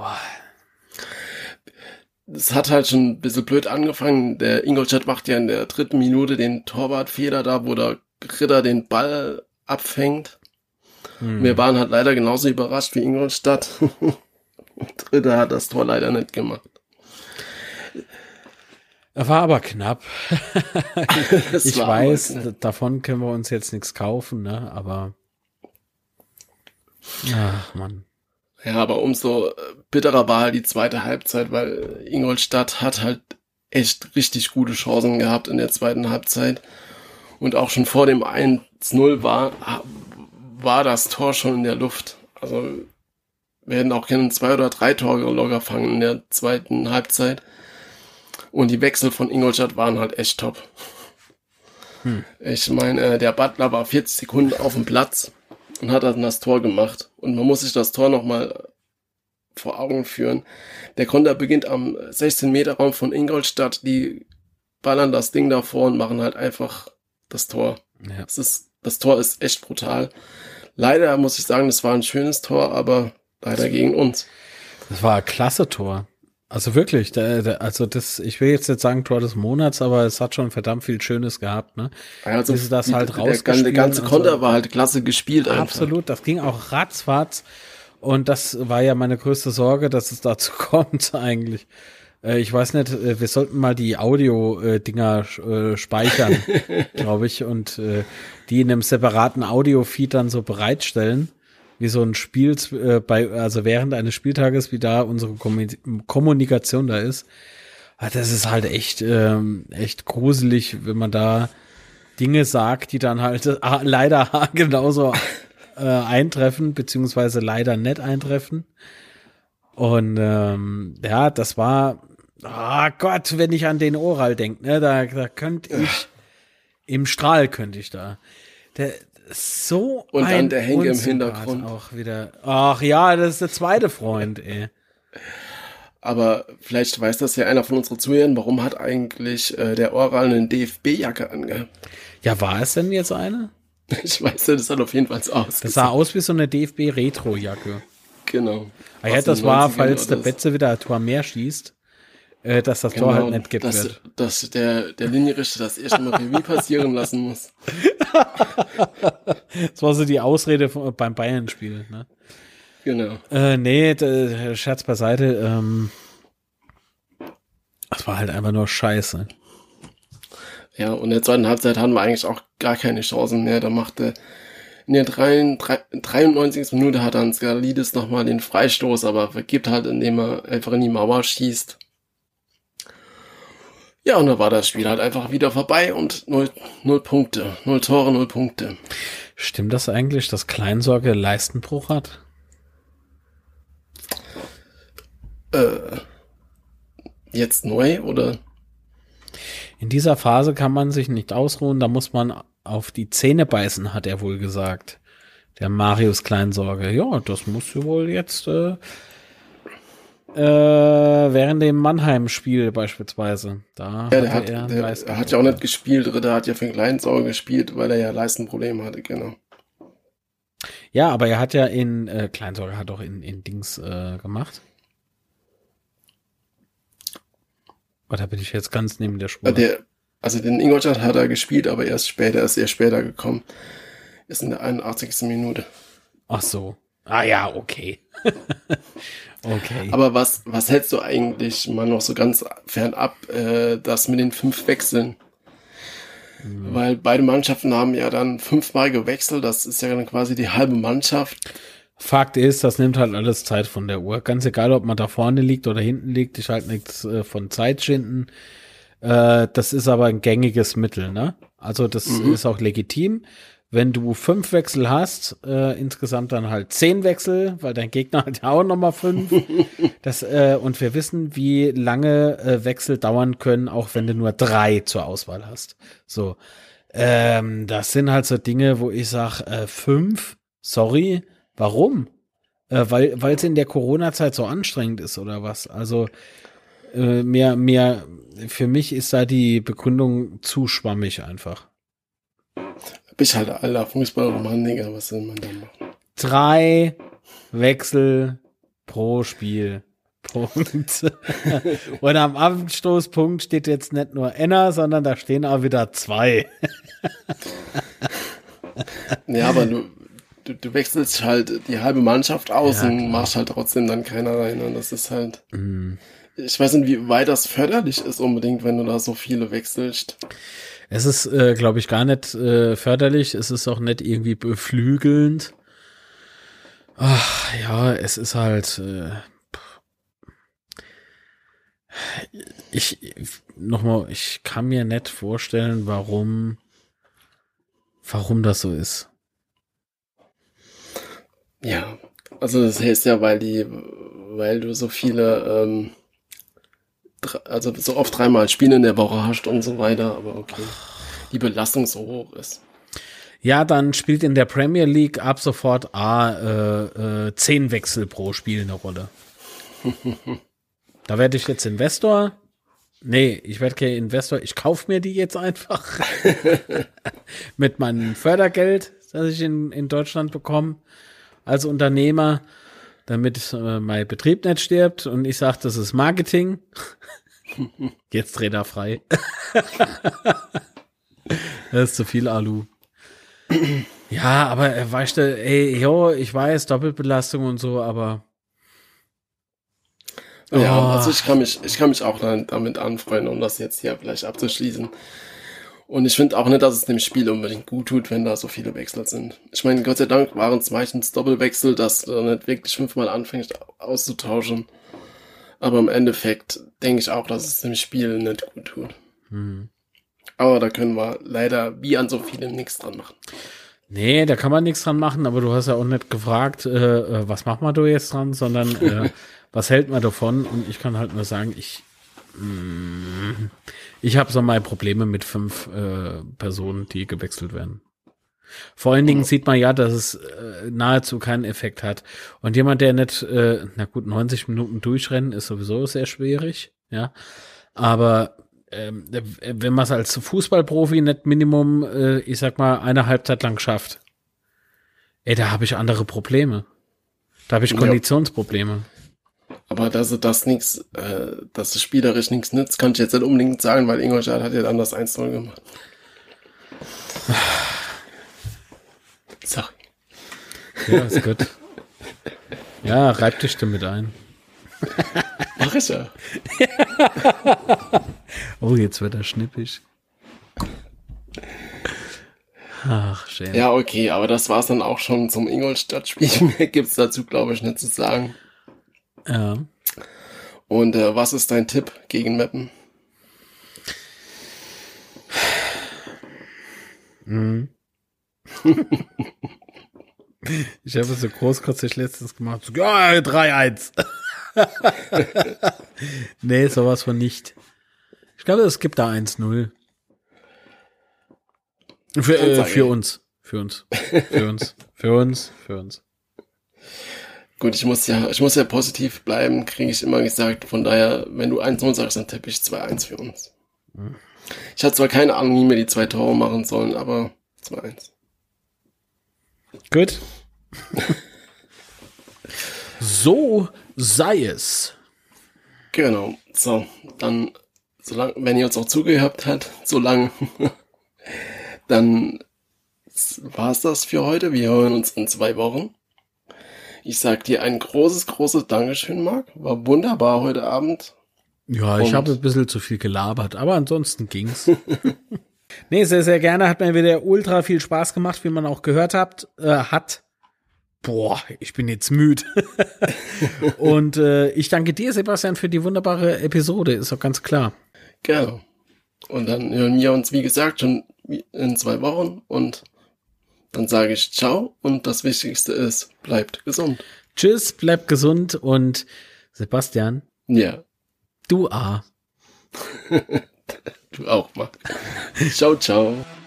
es hat halt schon ein bisschen blöd angefangen. Der Ingolstadt macht ja in der 3. Minute den Torwartfehler da, wo der Ritter den Ball abfängt. Wir waren halt leider genauso überrascht wie Ingolstadt. Und Ritter hat das Tor leider nicht gemacht. Er war aber knapp. Ich weiß, aber knapp. davon können wir uns jetzt nichts kaufen, ne? Aber ach Mann. Ja, aber umso bitterer war halt die zweite Halbzeit, weil Ingolstadt hat halt echt richtig gute Chancen gehabt in der zweiten Halbzeit. Und auch schon vor dem 1-0 war das Tor schon in der Luft. Also wir hätten auch gerne 2 oder 3 Tore locker fangen in der zweiten Halbzeit. Und die Wechsel von Ingolstadt waren halt echt top. Ich meine, der Butler war 40 Sekunden auf dem Platz und hat dann das Tor gemacht. Und man muss sich das Tor nochmal vor Augen führen. Der Konter beginnt am 16-Meter-Raum von Ingolstadt. Die ballern das Ding davor und machen halt einfach das Tor. Ja. Das Tor ist echt brutal. Leider muss ich sagen, das war ein schönes Tor, aber leider gegen uns. Das war ein klasse Tor. Also wirklich, ich will jetzt nicht sagen Tor des Monats, aber es hat schon verdammt viel Schönes gehabt, ne? Also Bis sie das halt rausgespielt. Der ganze Konter war halt klasse gespielt einfach. Absolut, das ging auch ratzfatz. Und das war ja meine größte Sorge, dass es dazu kommt eigentlich. Ich weiß nicht, wir sollten mal die Audio-Dinger speichern, glaube ich, und die in einem separaten Audio-Feed dann so bereitstellen, wie so ein Spiel also während eines Spieltages, wie da unsere Kommunikation da ist. Das ist halt echt gruselig, wenn man da Dinge sagt, die dann halt leider genauso eintreffen, beziehungsweise leider nicht eintreffen. Und das war, Gott, wenn ich an den Oral denke, ne, da könnte ich, im Strahl könnte ich da. Der so und ein dann der Henke im Unsympath Hintergrund. Auch wieder. Ach ja, das ist der zweite Freund, ey. Aber vielleicht weiß das ja einer von unseren Zuhörern, warum hat eigentlich der Oral eine DFB-Jacke angehabt? Ja, war es denn jetzt eine? Ich weiß nicht, das hat auf jeden Fall aus. Das sah aus wie so eine DFB-Retro-Jacke. Genau. Ja, das war, falls der Betze wieder ein Tor mehr schießt, dass das Tor halt nicht gibt wird. Dass der Linienrichter das erste Mal Revue passieren lassen muss. Das war so die Ausrede beim Bayern-Spiel, ne? Genau. Scherz beiseite. Das war halt einfach nur scheiße. Ja, und in der zweiten Halbzeit hatten wir eigentlich auch gar keine Chancen mehr. Da machte in der 93. Minute hat dann Skalidis nochmal den Freistoß, aber vergibt halt, indem er einfach in die Mauer schießt. Ja, und da war das Spiel halt einfach wieder vorbei und 0 Punkte. 0 Tore, 0 Punkte. Stimmt das eigentlich, dass Kleinsorge Leistenbruch hat? Jetzt neu, oder? In dieser Phase kann man sich nicht ausruhen, da muss man auf die Zähne beißen, hat er wohl gesagt. Der Marius Kleinsorge. Ja, das muss wohl jetzt während dem Mannheim-Spiel beispielsweise. Da ja, er hat ja auch nicht gespielt. Ritter hat ja für den Kleinsorge gespielt, weil er ja Leistenprobleme hatte, genau. Ja, aber er hat ja Kleinsorge hat auch in Dings gemacht. Oder bin ich jetzt ganz neben der Spur? Also den Ingolstadt hat er gespielt, aber ist erst später gekommen. Ist in der 81. Minute. Ach so. Ah ja, okay. Okay. Aber was hältst du eigentlich mal noch so ganz fernab, das mit den 5 Wechseln? Mhm. Weil beide Mannschaften haben ja dann 5-mal gewechselt, das ist ja dann quasi die halbe Mannschaft. Fakt ist, das nimmt halt alles Zeit von der Uhr. Ganz egal, ob man da vorne liegt oder hinten liegt, ich halte nichts von Zeitschinden. Das ist aber ein gängiges Mittel, ne? Also das ist auch legitim. wenn du 5 Wechsel hast, insgesamt dann halt 10 Wechsel, weil dein Gegner hat ja auch nochmal 5. Und wir wissen, wie lange Wechsel dauern können, auch wenn du nur 3 zur Auswahl hast. So, das sind halt so Dinge, wo ich sage, 5, sorry, warum? Weil es in der Corona-Zeit so anstrengend ist oder was? Also mehr, für mich ist da die Begründung zu schwammig einfach. Bist halt alter Fußballromantiker, was soll man da machen? 3 Wechsel pro Spiel. Punkt. Und am Abstoßpunkt steht jetzt nicht nur Enner, sondern da stehen auch wieder 2. Ja, aber du wechselst halt die halbe Mannschaft aus Ja, und klar. machst halt trotzdem dann keiner rein. Und das ist halt. Ich weiß nicht, wie weit das förderlich ist unbedingt, wenn du da so viele wechselst. Es ist, glaube ich, gar nicht förderlich. Es ist auch nicht irgendwie beflügelnd. Ach, ja, es ist halt. Ich kann mir nicht vorstellen, warum das so ist. Ja, also das heißt ja, weil du so viele, also so oft 3-mal Spiele in der Woche hast und so weiter, aber okay. Die Belastung so hoch ist. Ja, dann spielt in der Premier League ab sofort 10 Wechsel pro Spiel eine Rolle. Da werde ich jetzt Investor. Nee, ich werde kein Investor. Ich kaufe mir die jetzt einfach. Mit meinem Fördergeld, das ich in Deutschland bekomme als Unternehmer, damit mein Betrieb nicht stirbt. Und ich sage, das ist Marketing. Jetzt dreht er frei. Das ist zu viel Alu. Ja, aber weißt du, ey, jo, ich weiß, Doppelbelastung und so, aber Ja, also ich kann mich auch damit anfreunden, um das jetzt hier vielleicht abzuschließen. Und ich finde auch nicht, dass es dem Spiel unbedingt gut tut, wenn da so viele Wechsel sind. Ich meine, Gott sei Dank waren es meistens Doppelwechsel, dass du nicht wirklich 5-mal anfängst auszutauschen. Aber im Endeffekt denke ich auch, dass es dem Spiel nicht gut tut. Aber da können wir leider wie an so vielem nichts dran machen. nee, da kann man nichts dran machen, aber du hast ja auch nicht gefragt, was macht man da jetzt dran, sondern was hält man davon? Und ich kann halt nur sagen, ich habe so mal Probleme mit 5 Personen, die gewechselt werden. Vor allen Dingen sieht man ja, dass es nahezu keinen Effekt hat. Und jemand, der nicht, 90 Minuten durchrennen, ist sowieso sehr schwierig, ja. Aber wenn man es als Fußballprofi nicht Minimum, ich sag mal, eine Halbzeit lang schafft, da habe ich andere Probleme. Da habe ich Konditionsprobleme. Aber dass es spielerisch nichts nützt, kann ich jetzt nicht unbedingt sagen, weil Ingolstadt hat ja dann das 1-0 gemacht. Sorry. Ja, ist gut. Ja, reib dich damit ein. Mach ich ja. Oh, jetzt wird er schnippig. Ach, schön. Ja, okay, aber das war's dann auch schon zum Ingolstadt-Spiel. Mehr gibt's dazu, glaube ich, nicht zu sagen. Ja. Und was ist dein Tipp gegen Meppen? Ich habe es so großkotzig letztens gemacht. So, ja, 3-1. Nee, sowas von nicht. Ich glaube, es gibt da 1-0. Für uns. Gut, ich muss ja positiv bleiben, kriege ich immer gesagt. Von daher, wenn du 1-0 sagst, dann tippe ich 2-1 für uns. Ich hatte zwar keine Ahnung, wie wir die 2 Tore machen sollen, aber 2-1. Gut. So sei es. Genau. So, dann, solange, wenn ihr uns auch zugehört habt, dann war's das für heute. Wir hören uns in 2 Wochen. Ich sag dir ein großes Dankeschön, Marc. War wunderbar heute Abend. Ja, ich habe ein bisschen zu viel gelabert, aber ansonsten ging's. Nee, sehr, sehr gerne. Hat mir wieder ultra viel Spaß gemacht, wie man auch gehört hat. Boah, ich bin jetzt müde. Und ich danke dir, Sebastian, für die wunderbare Episode. Ist doch ganz klar. Genau. Und dann hören wir uns, wie gesagt, schon in 2 Wochen. Und Dann sage ich ciao und das Wichtigste ist, bleibt gesund. Tschüss, bleibt gesund und Sebastian, Ja, du A. du auch, Marc. Ciao, ciao.